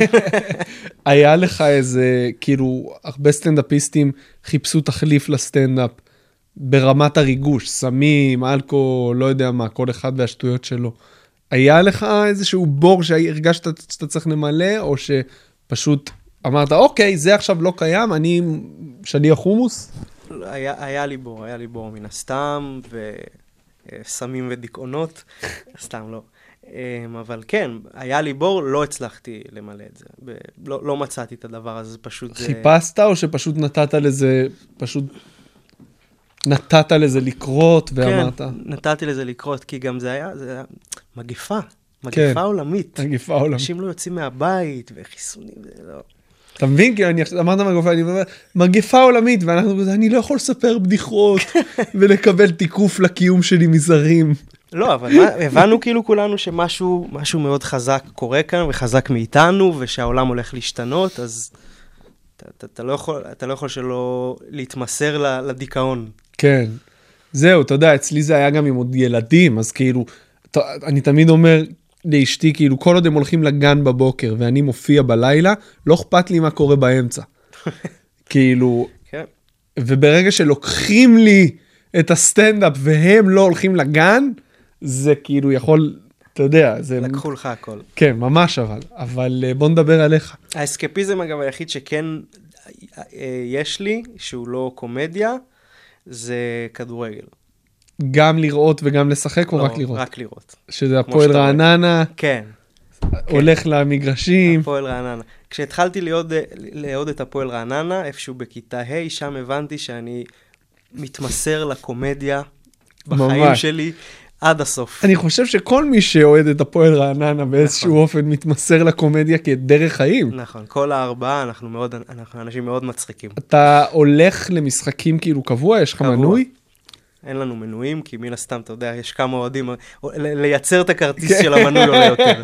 היה לך איזה, כאילו, הרבה סטנדאפיסטים חיפשו תחליף לסטנדאפ ברמת הריגוש, סמים, אלכוהול, לא יודע מה, כל אחד והשטויות שלו. היה לך איזשהו בור שהרגשת שאתה צריך למלא, או שפשוט אמרת, אוקיי, זה עכשיו לא קיים, אני שליח חומוס? היה, היה לי בור, היה לי בור מן הסתם, וסמים ודיכאונות, סתם לא. אבל כן, היה לי בור, לא הצלחתי למלא את זה. לא, לא מצאתי את הדבר הזה, פשוט... חיפשת או שפשוט נתת לזה, פשוט נתת לזה לקרות ואמרת? כן, נתתי לזה לקרות, כי גם זה היה, זה היה מגפה, מגפה כן, עולמית. מגפה עולמית. אנשים לא יוצאים מהבית, וחיסונים, זה לא... אתה מבין? כי אני אמרת מגפה, אני אומר, מגפה עולמית, ואנחנו, אני לא יכול לספר בדיחות, ולקבל תיקוף לקיום שלי מזרים. לא, אבל מה, הבנו כאילו כולנו שמשהו משהו מאוד חזק קורה כאן, וחזק מאיתנו, ושהעולם הולך להשתנות, אז אתה, אתה, אתה, לא, יכול, אתה לא יכול שלא להתמסר לדיכאון. כן, זהו, אתה יודע, אצלי זה היה גם עם עוד ילדים, אז כאילו, אני תמיד אומר לאשתי, כאילו, כל עוד הם הולכים לגן בבוקר, ואני מופיע בלילה, לא אכפת לי מה קורה באמצע. כאילו, כן. וברגע שלוקחים לי את הסטנדאפ, והם לא הולכים לגן, זה כאילו יכול, אתה יודע, זה... לקחו לך הכל. כן, ממש אבל. אבל בוא נדבר עליך. האסקפיזם, אגב, היחיד שכן יש לי, שהוא לא קומדיה, זה כדורגל. גם לראות וגם לשחק, או לא, רק לראות? רק לראות. שזה הפועל רעננה. כן. הולך למגרשים. הפועל רעננה. כשהתחלתי לעוד את הפועל רעננה, איפשהו בכיתה ה', שם הבנתי שאני מתמסר לקומדיה בחיים שלי עד הסוף. אני חושב שכל מי שאוהד את הפועל רעננה באיזשהו אופן מתמסר לקומדיה כדרך חיים. נכון, כל הארבעה אנחנו מאוד, אנחנו אנשים מאוד מצחיקים. אתה הולך למשחקים כאילו קבוע? יש לך מנוי? אין לנו מנויים, כי מן הסתם, אתה יודע, יש כמה אוהדים, לייצר את הכרטיס של המנוי עולה יותר.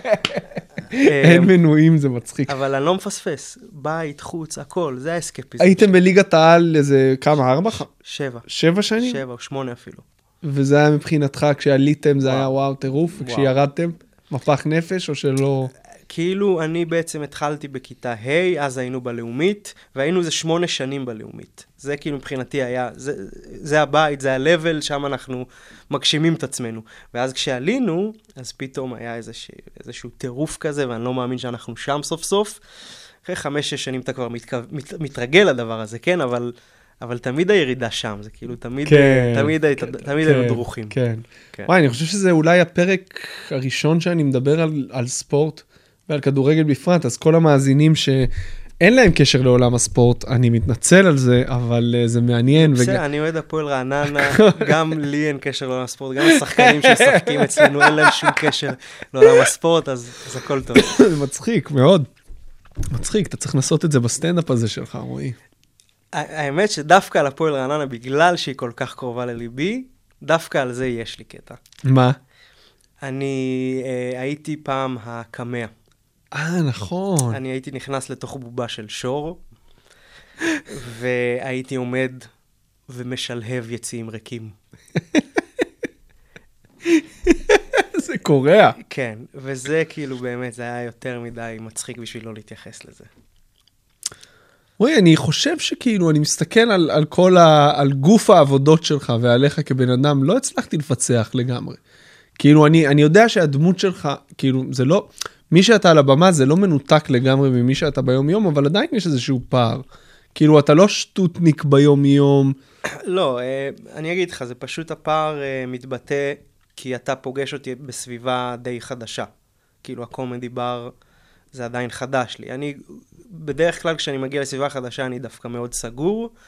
אין מנויים, זה מצחיק. אבל אני לא מפספס. בית, חוץ, הכל, זה האסקפיזם. הייתם בליגת העל איזה כמה, ארבע? שבע. שבע שנים? שבע או שמונה אפילו. וזה היה מבחינתך, כשעליתם זה היה וואו טירוף, וכשירדתם, מפח נפש או שלא... כאילו אני בעצם התחלתי בכיתה ה', אז היינו בלאומית, והיינו זה שמונה שנים בלאומית. זה כאילו מבחינתי היה, זה, זה הבית, זה הלבל, שם אנחנו מגשימים את עצמנו. ואז כשעלינו, אז פתאום היה איזשה, איזשהו טירוף כזה, ואני לא מאמין שאנחנו שם סוף סוף. אחרי חמש, שש שנים אתה כבר מתקו, מת, מתרגל לדבר הזה, כן? אבל, אבל תמיד הירידה שם, זה כאילו תמיד, כן, תמיד, כן, היית, כן, תמיד כן, היינו דרוכים. כן. כן. וואי, אני חושב שזה אולי הפרק הראשון שאני מדבר על, על ספורט, ועל כדורגל בפרט, אז כל המאזינים שאין להם קשר לעולם הספורט, אני מתנצל על זה, אבל uh, זה מעניין. בסדר, וג... אני אוהד הפועל רעננה, גם לי אין קשר לעולם הספורט, גם השחקנים שמשחקים אצלנו, אין להם שום קשר לעולם הספורט, אז, אז הכל טוב. זה מצחיק, מאוד. מצחיק, אתה צריך לנסות את זה בסטנדאפ הזה שלך, רועי. האמת שדווקא על הפועל רעננה, בגלל שהיא כל כך קרובה לליבי, דווקא על זה יש לי קטע. מה? אני אה, הייתי פעם הקמע. אה, נכון. אני הייתי נכנס לתוך בובה של שור, והייתי עומד ומשלהב יציאים ריקים. זה קורע. כן, וזה כאילו באמת, זה היה יותר מדי מצחיק בשביל לא להתייחס לזה. רואי, אני חושב שכאילו, אני מסתכל על, על כל ה... על גוף העבודות שלך ועליך כבן אדם, לא הצלחתי לפצח לגמרי. כאילו, אני, אני יודע שהדמות שלך, כאילו, זה לא... מי שאתה על הבמה זה לא מנותק לגמרי ממי שאתה ביום יום, אבל עדיין יש איזשהו פער. כאילו, אתה לא שטוטניק ביום יום. לא, אני אגיד לך, זה פשוט הפער מתבטא, כי אתה פוגש אותי בסביבה די חדשה. כאילו, הקומדי בר זה עדיין חדש לי. אני, בדרך כלל, כשאני מגיע לסביבה חדשה, אני דווקא מאוד סגור,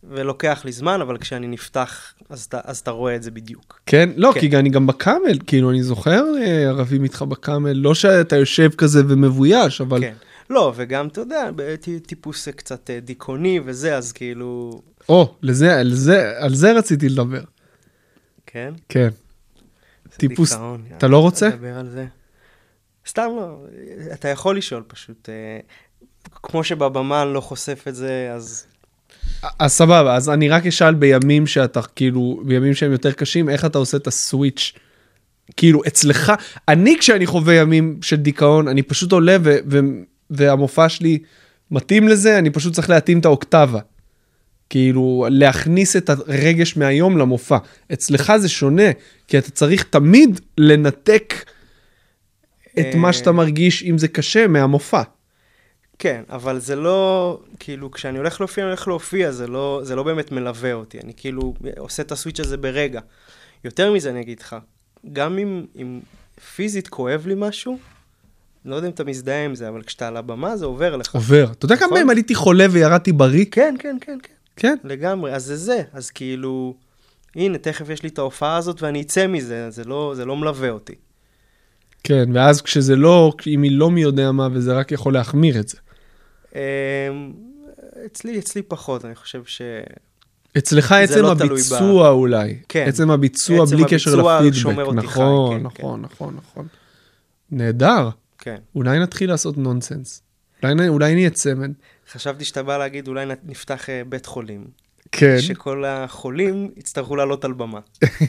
ולוקח לי זמן, אבל כשאני נפתח, אז אתה, אז אתה רואה את זה בדיוק. כן? לא, כן. כי אני גם בקאמל, כאילו, אני זוכר אה, ערבים איתך בקאמל, לא שאתה יושב כזה ומבויש, אבל... כן. לא, וגם, אתה יודע, טיפוס קצת דיכאוני וזה, אז כאילו... או, לזה, על זה, על זה רציתי לדבר. כן? כן. טיפוס, דיכאון, אתה לא רוצה? לדבר על זה. סתם לא, אתה יכול לשאול פשוט. אה, כמו שבבמה אני לא חושף את זה, אז... אז סבבה, אז אני רק אשאל בימים שאתה, כאילו, בימים שהם יותר קשים, איך אתה עושה את הסוויץ', כאילו, אצלך, אני כשאני חווה ימים של דיכאון, אני פשוט עולה, ו- ו- והמופע שלי מתאים לזה, אני פשוט צריך להתאים את האוקטבה. כאילו, להכניס את הרגש מהיום למופע. אצלך זה שונה, כי אתה צריך תמיד לנתק את מה שאתה מרגיש, אם זה קשה, מהמופע. כן, אבל זה לא, כאילו, כשאני הולך להופיע, אני הולך להופיע, זה לא, זה לא באמת מלווה אותי. אני כאילו עושה את הסוויץ' הזה ברגע. יותר מזה אני אגיד לך, גם אם, אם פיזית כואב לי משהו, לא יודע אם אתה מזדהה עם זה, אבל כשאתה על הבמה זה עובר לך. עובר. אתה יודע כמה פעמים עליתי חולה וירדתי בריא? כן, כן, כן, כן. כן. לגמרי, אז זה זה. אז כאילו, הנה, תכף יש לי את ההופעה הזאת ואני אצא מזה, זה לא, זה לא מלווה אותי. כן, ואז כשזה לא, אם היא לא מי יודע מה, וזה רק יכול להחמיר את זה. אצלי, אצלי פחות, אני חושב ש... אצלך עצם לא הביצוע אולי. כן. עצם הביצוע עצם בלי קשר הביצוע לפידבק. שומר אותי נכון, חי, כן, נכון, נכון, נכון. נהדר. כן. אולי נתחיל לעשות נונסנס. אולי, אולי נהיה צמד. חשבתי שאתה בא להגיד, אולי נפתח בית חולים. כן. שכל החולים יצטרכו לעלות על במה.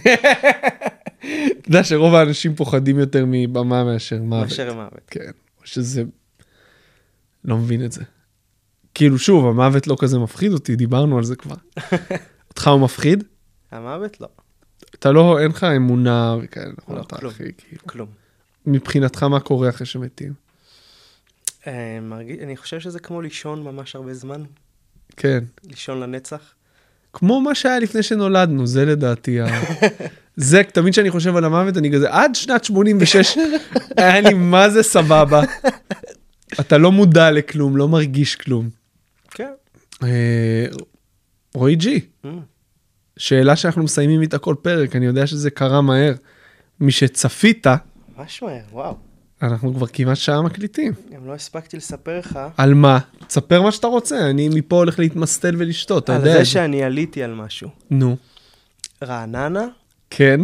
אתה יודע שרוב האנשים פוחדים יותר מבמה מאשר מוות. מאשר מוות. כן. שזה... לא מבין את זה. כאילו שוב, המוות לא כזה מפחיד אותי, דיברנו על זה כבר. אותך הוא מפחיד? המוות לא. אתה לא, אין לך אמונה וכאלה, נכון? לא, אתה כלום. הכי, כאילו. כלום. מבחינתך מה קורה אחרי שמתים? אה, מרגיש, אני חושב שזה כמו לישון ממש הרבה זמן. כן. לישון לנצח. כמו מה שהיה לפני שנולדנו, זה לדעתי. ה... זה, תמיד שאני חושב על המוות, אני כזה, עד שנת שמונים ושש, היה לי מה זה סבבה. אתה לא מודע לכלום, לא מרגיש כלום. כן. אה, רועי ג'י, Mm. שאלה שאנחנו מסיימים איתה כל פרק, אני יודע שזה קרה מהר. מי שצפית, ממש מהר, וואו. אנחנו כבר כמעט שעה מקליטים. גם לא הספקתי לספר לך. על מה? תספר מה שאתה רוצה, אני מפה הולך להתמסטל ולשתות, אתה על יודע. זה את שאני עליתי על משהו. נו. רעננה כן.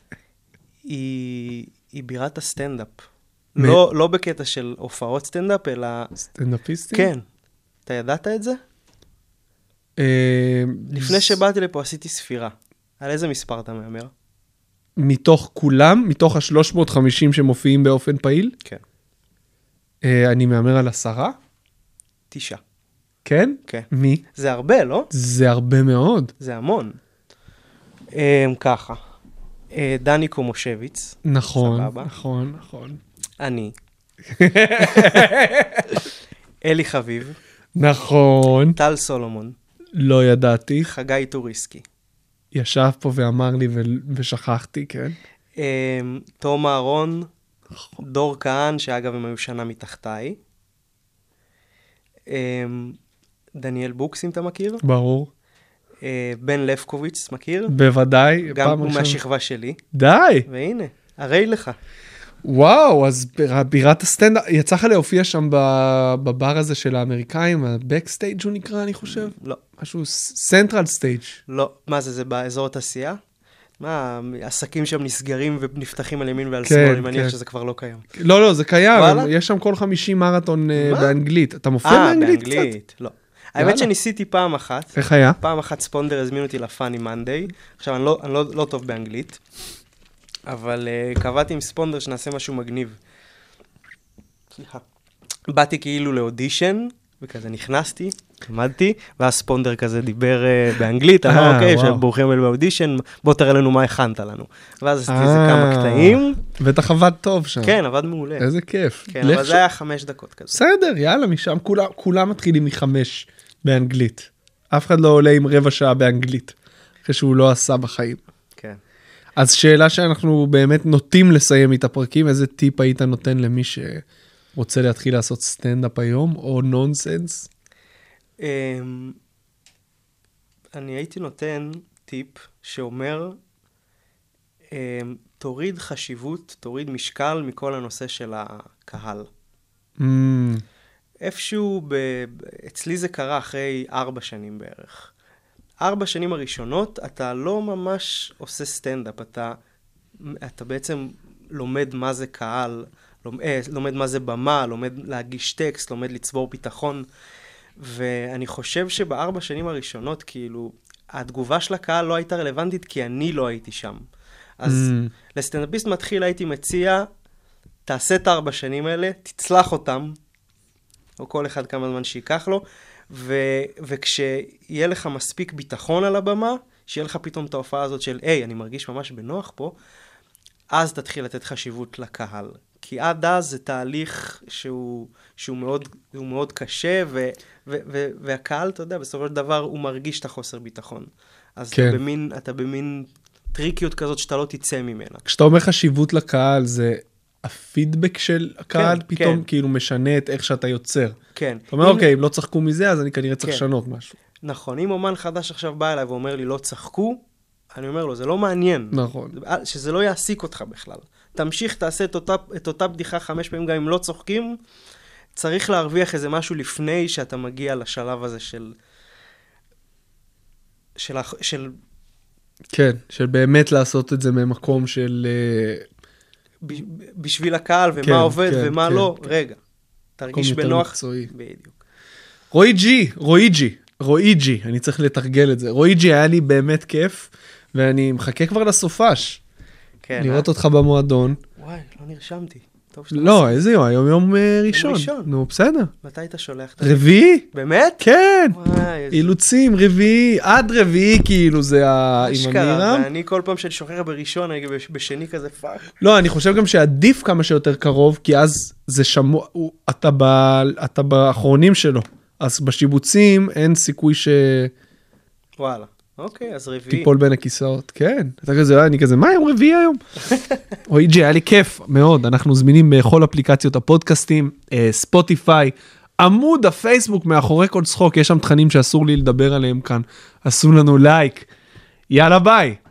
היא, היא בירת הסטנדאפ. מ- לא, לא בקטע של הופעות סטנדאפ, אלא... סטנדאפיסטים? כן. אתה ידעת את זה? אה, לפני שבאתי לפה עשיתי ספירה. על איזה מספר אתה מאמר? מתוך כולם, מתוך ה-שלוש מאות וחמישים שמופיעים באופן פעיל, כן. אה, אני מאמר על עשרה? תשעה. כן? כן. מי? זה הרבה, לא? זה הרבה מאוד. זה המון. Um, ככה. Uh, דני קומושביץ. נכון, סבבה. נכון, נכון. אני. אלי חביב. נכון, טל סולומון. לא ידעתי. חגי טוריסקי. ישב פה ואמר לי ו- ושכחתי, כן? Um, תום אהרון. דור כהן, שאגב הם היו שנה מתחתיי. Um, דניאל בוקס, אם אתה מכיר. ברור. Uh, בן לפקוביץ, מכיר? בוודאי. גם פעם הוא ראשונה. מהשכבה שלי. די. והנה, הרי לך. וואו, אז ב- בירת הסטנדאפ, יצא לך להופיע שם ב- בבר הזה של האמריקאים, הבקסטייג' הוא נקרא, אני חושב? לא. משהו, סנטרל סטייג'. לא. מה זה, זה באזור התעשייה? מה, עסקים שם נסגרים ונפתחים על ימין ועל כן, שמאל, אני מניח כן. שזה כבר לא קיים. לא, לא, זה קיים, וואלה? יש שם כל חמישי מרתון אה, מה? באנגלית. אתה מופיע אה, באנגלית קצת? באנגלית, לא. יאללה. האמת שניסיתי פעם אחת, איך היה? פעם אחת ספונדר הזמין אותי לפאני מנדיי, עכשיו אני לא, אני לא, לא טוב באנגלית, אבל uh, קבעתי עם ספונדר שנעשה משהו מגניב. סליחה. באתי כאילו לאודישן, וכזה נכנסתי, עמדתי, ואז ספונדר כזה דיבר uh, באנגלית, אמר אה, אוקיי, וואו. שברוכים אל באודישן, בוא תראה לנו מה הכנת לנו. ואז עשיתי איזה אה, כמה קטעים, בטח עבד טוב שם. כן, עבד מעולה. איזה כיף. כן, לך אבל ש- זה היה חמש דקות כזה. בסדר, יאללה, משם כולם, כולם מתחילים מחמש באנגלית. אף אחד לא עולה עם רבע שעה באנגלית, אחרי שהוא לא עשה בחיים. כן. אז שאלה שאנחנו באמת נוטים לסיים את הפרקים, איזה טיפ היית נותן למי שרוצה להתחיל לעשות סטנדאפ היום, או נונסנס? אמ, אני הייתי נותן טיפ שאומר, תוריד חשיבות, תוריד משקל מכל הנושא של הקהל. Mm. איפשהו, ב... אצלי זה קרה אחרי ארבע שנים בערך. ארבע שנים הראשונות, אתה לא ממש עושה סטנדאפ, אתה, אתה בעצם לומד מה זה קהל, לומד מה זה במה, לומד להגיש טקסט, לומד לצבור ביטחון, ואני חושב שבארבע שנים הראשונות, כאילו, התגובה של הקהל לא הייתה רלוונטית, כי אני לא הייתי שם. אז mm. לסטנדאפיסט מתחיל הייתי מציע, תעשה את הארבע שנים האלה, תצלח אותם, או כל אחד כמה זמן שיקח לו, ו- וכשיהיה לך מספיק ביטחון על הבמה, שיהיה לך פתאום את ההופעה הזאת של, היי, אני מרגיש ממש בנוח פה, אז תתחיל לתת חשיבות לקהל. כי עד אז זה תהליך שהוא, שהוא מאוד, הוא מאוד קשה, ו- ו- ו- והקהל, אתה יודע, בסופו של דבר הוא מרגיש את החוסר ביטחון. אז כן. אתה במין, אתה במין טריקיות כזאת שאתה לא תצא ממנה. כשאתה אומר חשיבות לקהל, זה הפידבק של הקהל כן, פתאום כן. כאילו משנה את איך שאתה יוצר. כן. אתה אומר, אם... אוקיי, אם לא צחקו מזה, אז אני כנראה צריך לשנות כן. משהו. נכון, אם אומן חדש עכשיו בא אליי ואומר לי, לא צחקו, אני אומר לו, זה לא מעניין. נכון. שזה לא יעסיק אותך בכלל. תמשיך, תעשה את אותה, את אותה בדיחה חמש פעמים, גם אם לא צוחקים, צריך להרוויח איזה משהו לפני שאתה מגיע לשלב הזה של... של... של... כן, של באמת לעשות את זה ממקום של... בשביל הקהל, ומה כן, עובד כן, ומה כן, לא. כן. רגע, תרגיש בנוח. בדיוק. רועי ג'י, רועי ג'י, רועי ג'י, אני צריך לתרגל את זה. רועי ג'י היה לי באמת כיף, ואני מחכה כבר לסופש. כן. לראות אה? אותך במועדון. וואי, לא נרשמתי. לא, איזה יום, היום יום ראשון. ראשון. נו, בסדר. מתי אתה שולח? רביעי? באמת? כן. אילוצים, רביעי, עד רביעי כאילו זה ה... אשכרה, ואני כל פעם שאני שוחרר בראשון, אני בשני כזה פאק. לא, אני חושב גם שעדיף כמה שיותר קרוב, כי אז זה שמוע, אתה באחרונים שלו. אז בשיבוצים אין סיכוי ש... וואלה. אוקיי, אז רביעי. טיפול בין הכיסאות, כן. אתה כזה, אני כזה, מה יום רביעי היום? רועי ג'י, היה לי כיף מאוד. אנחנו זמינים בכל אפליקציות הפודקאסטים, ספוטיפיי, עמוד הפייסבוק מאחורי כל צחוק, יש שם תכנים שאסור לי לדבר עליהם כאן. עשו לנו לייק. יאללה ביי.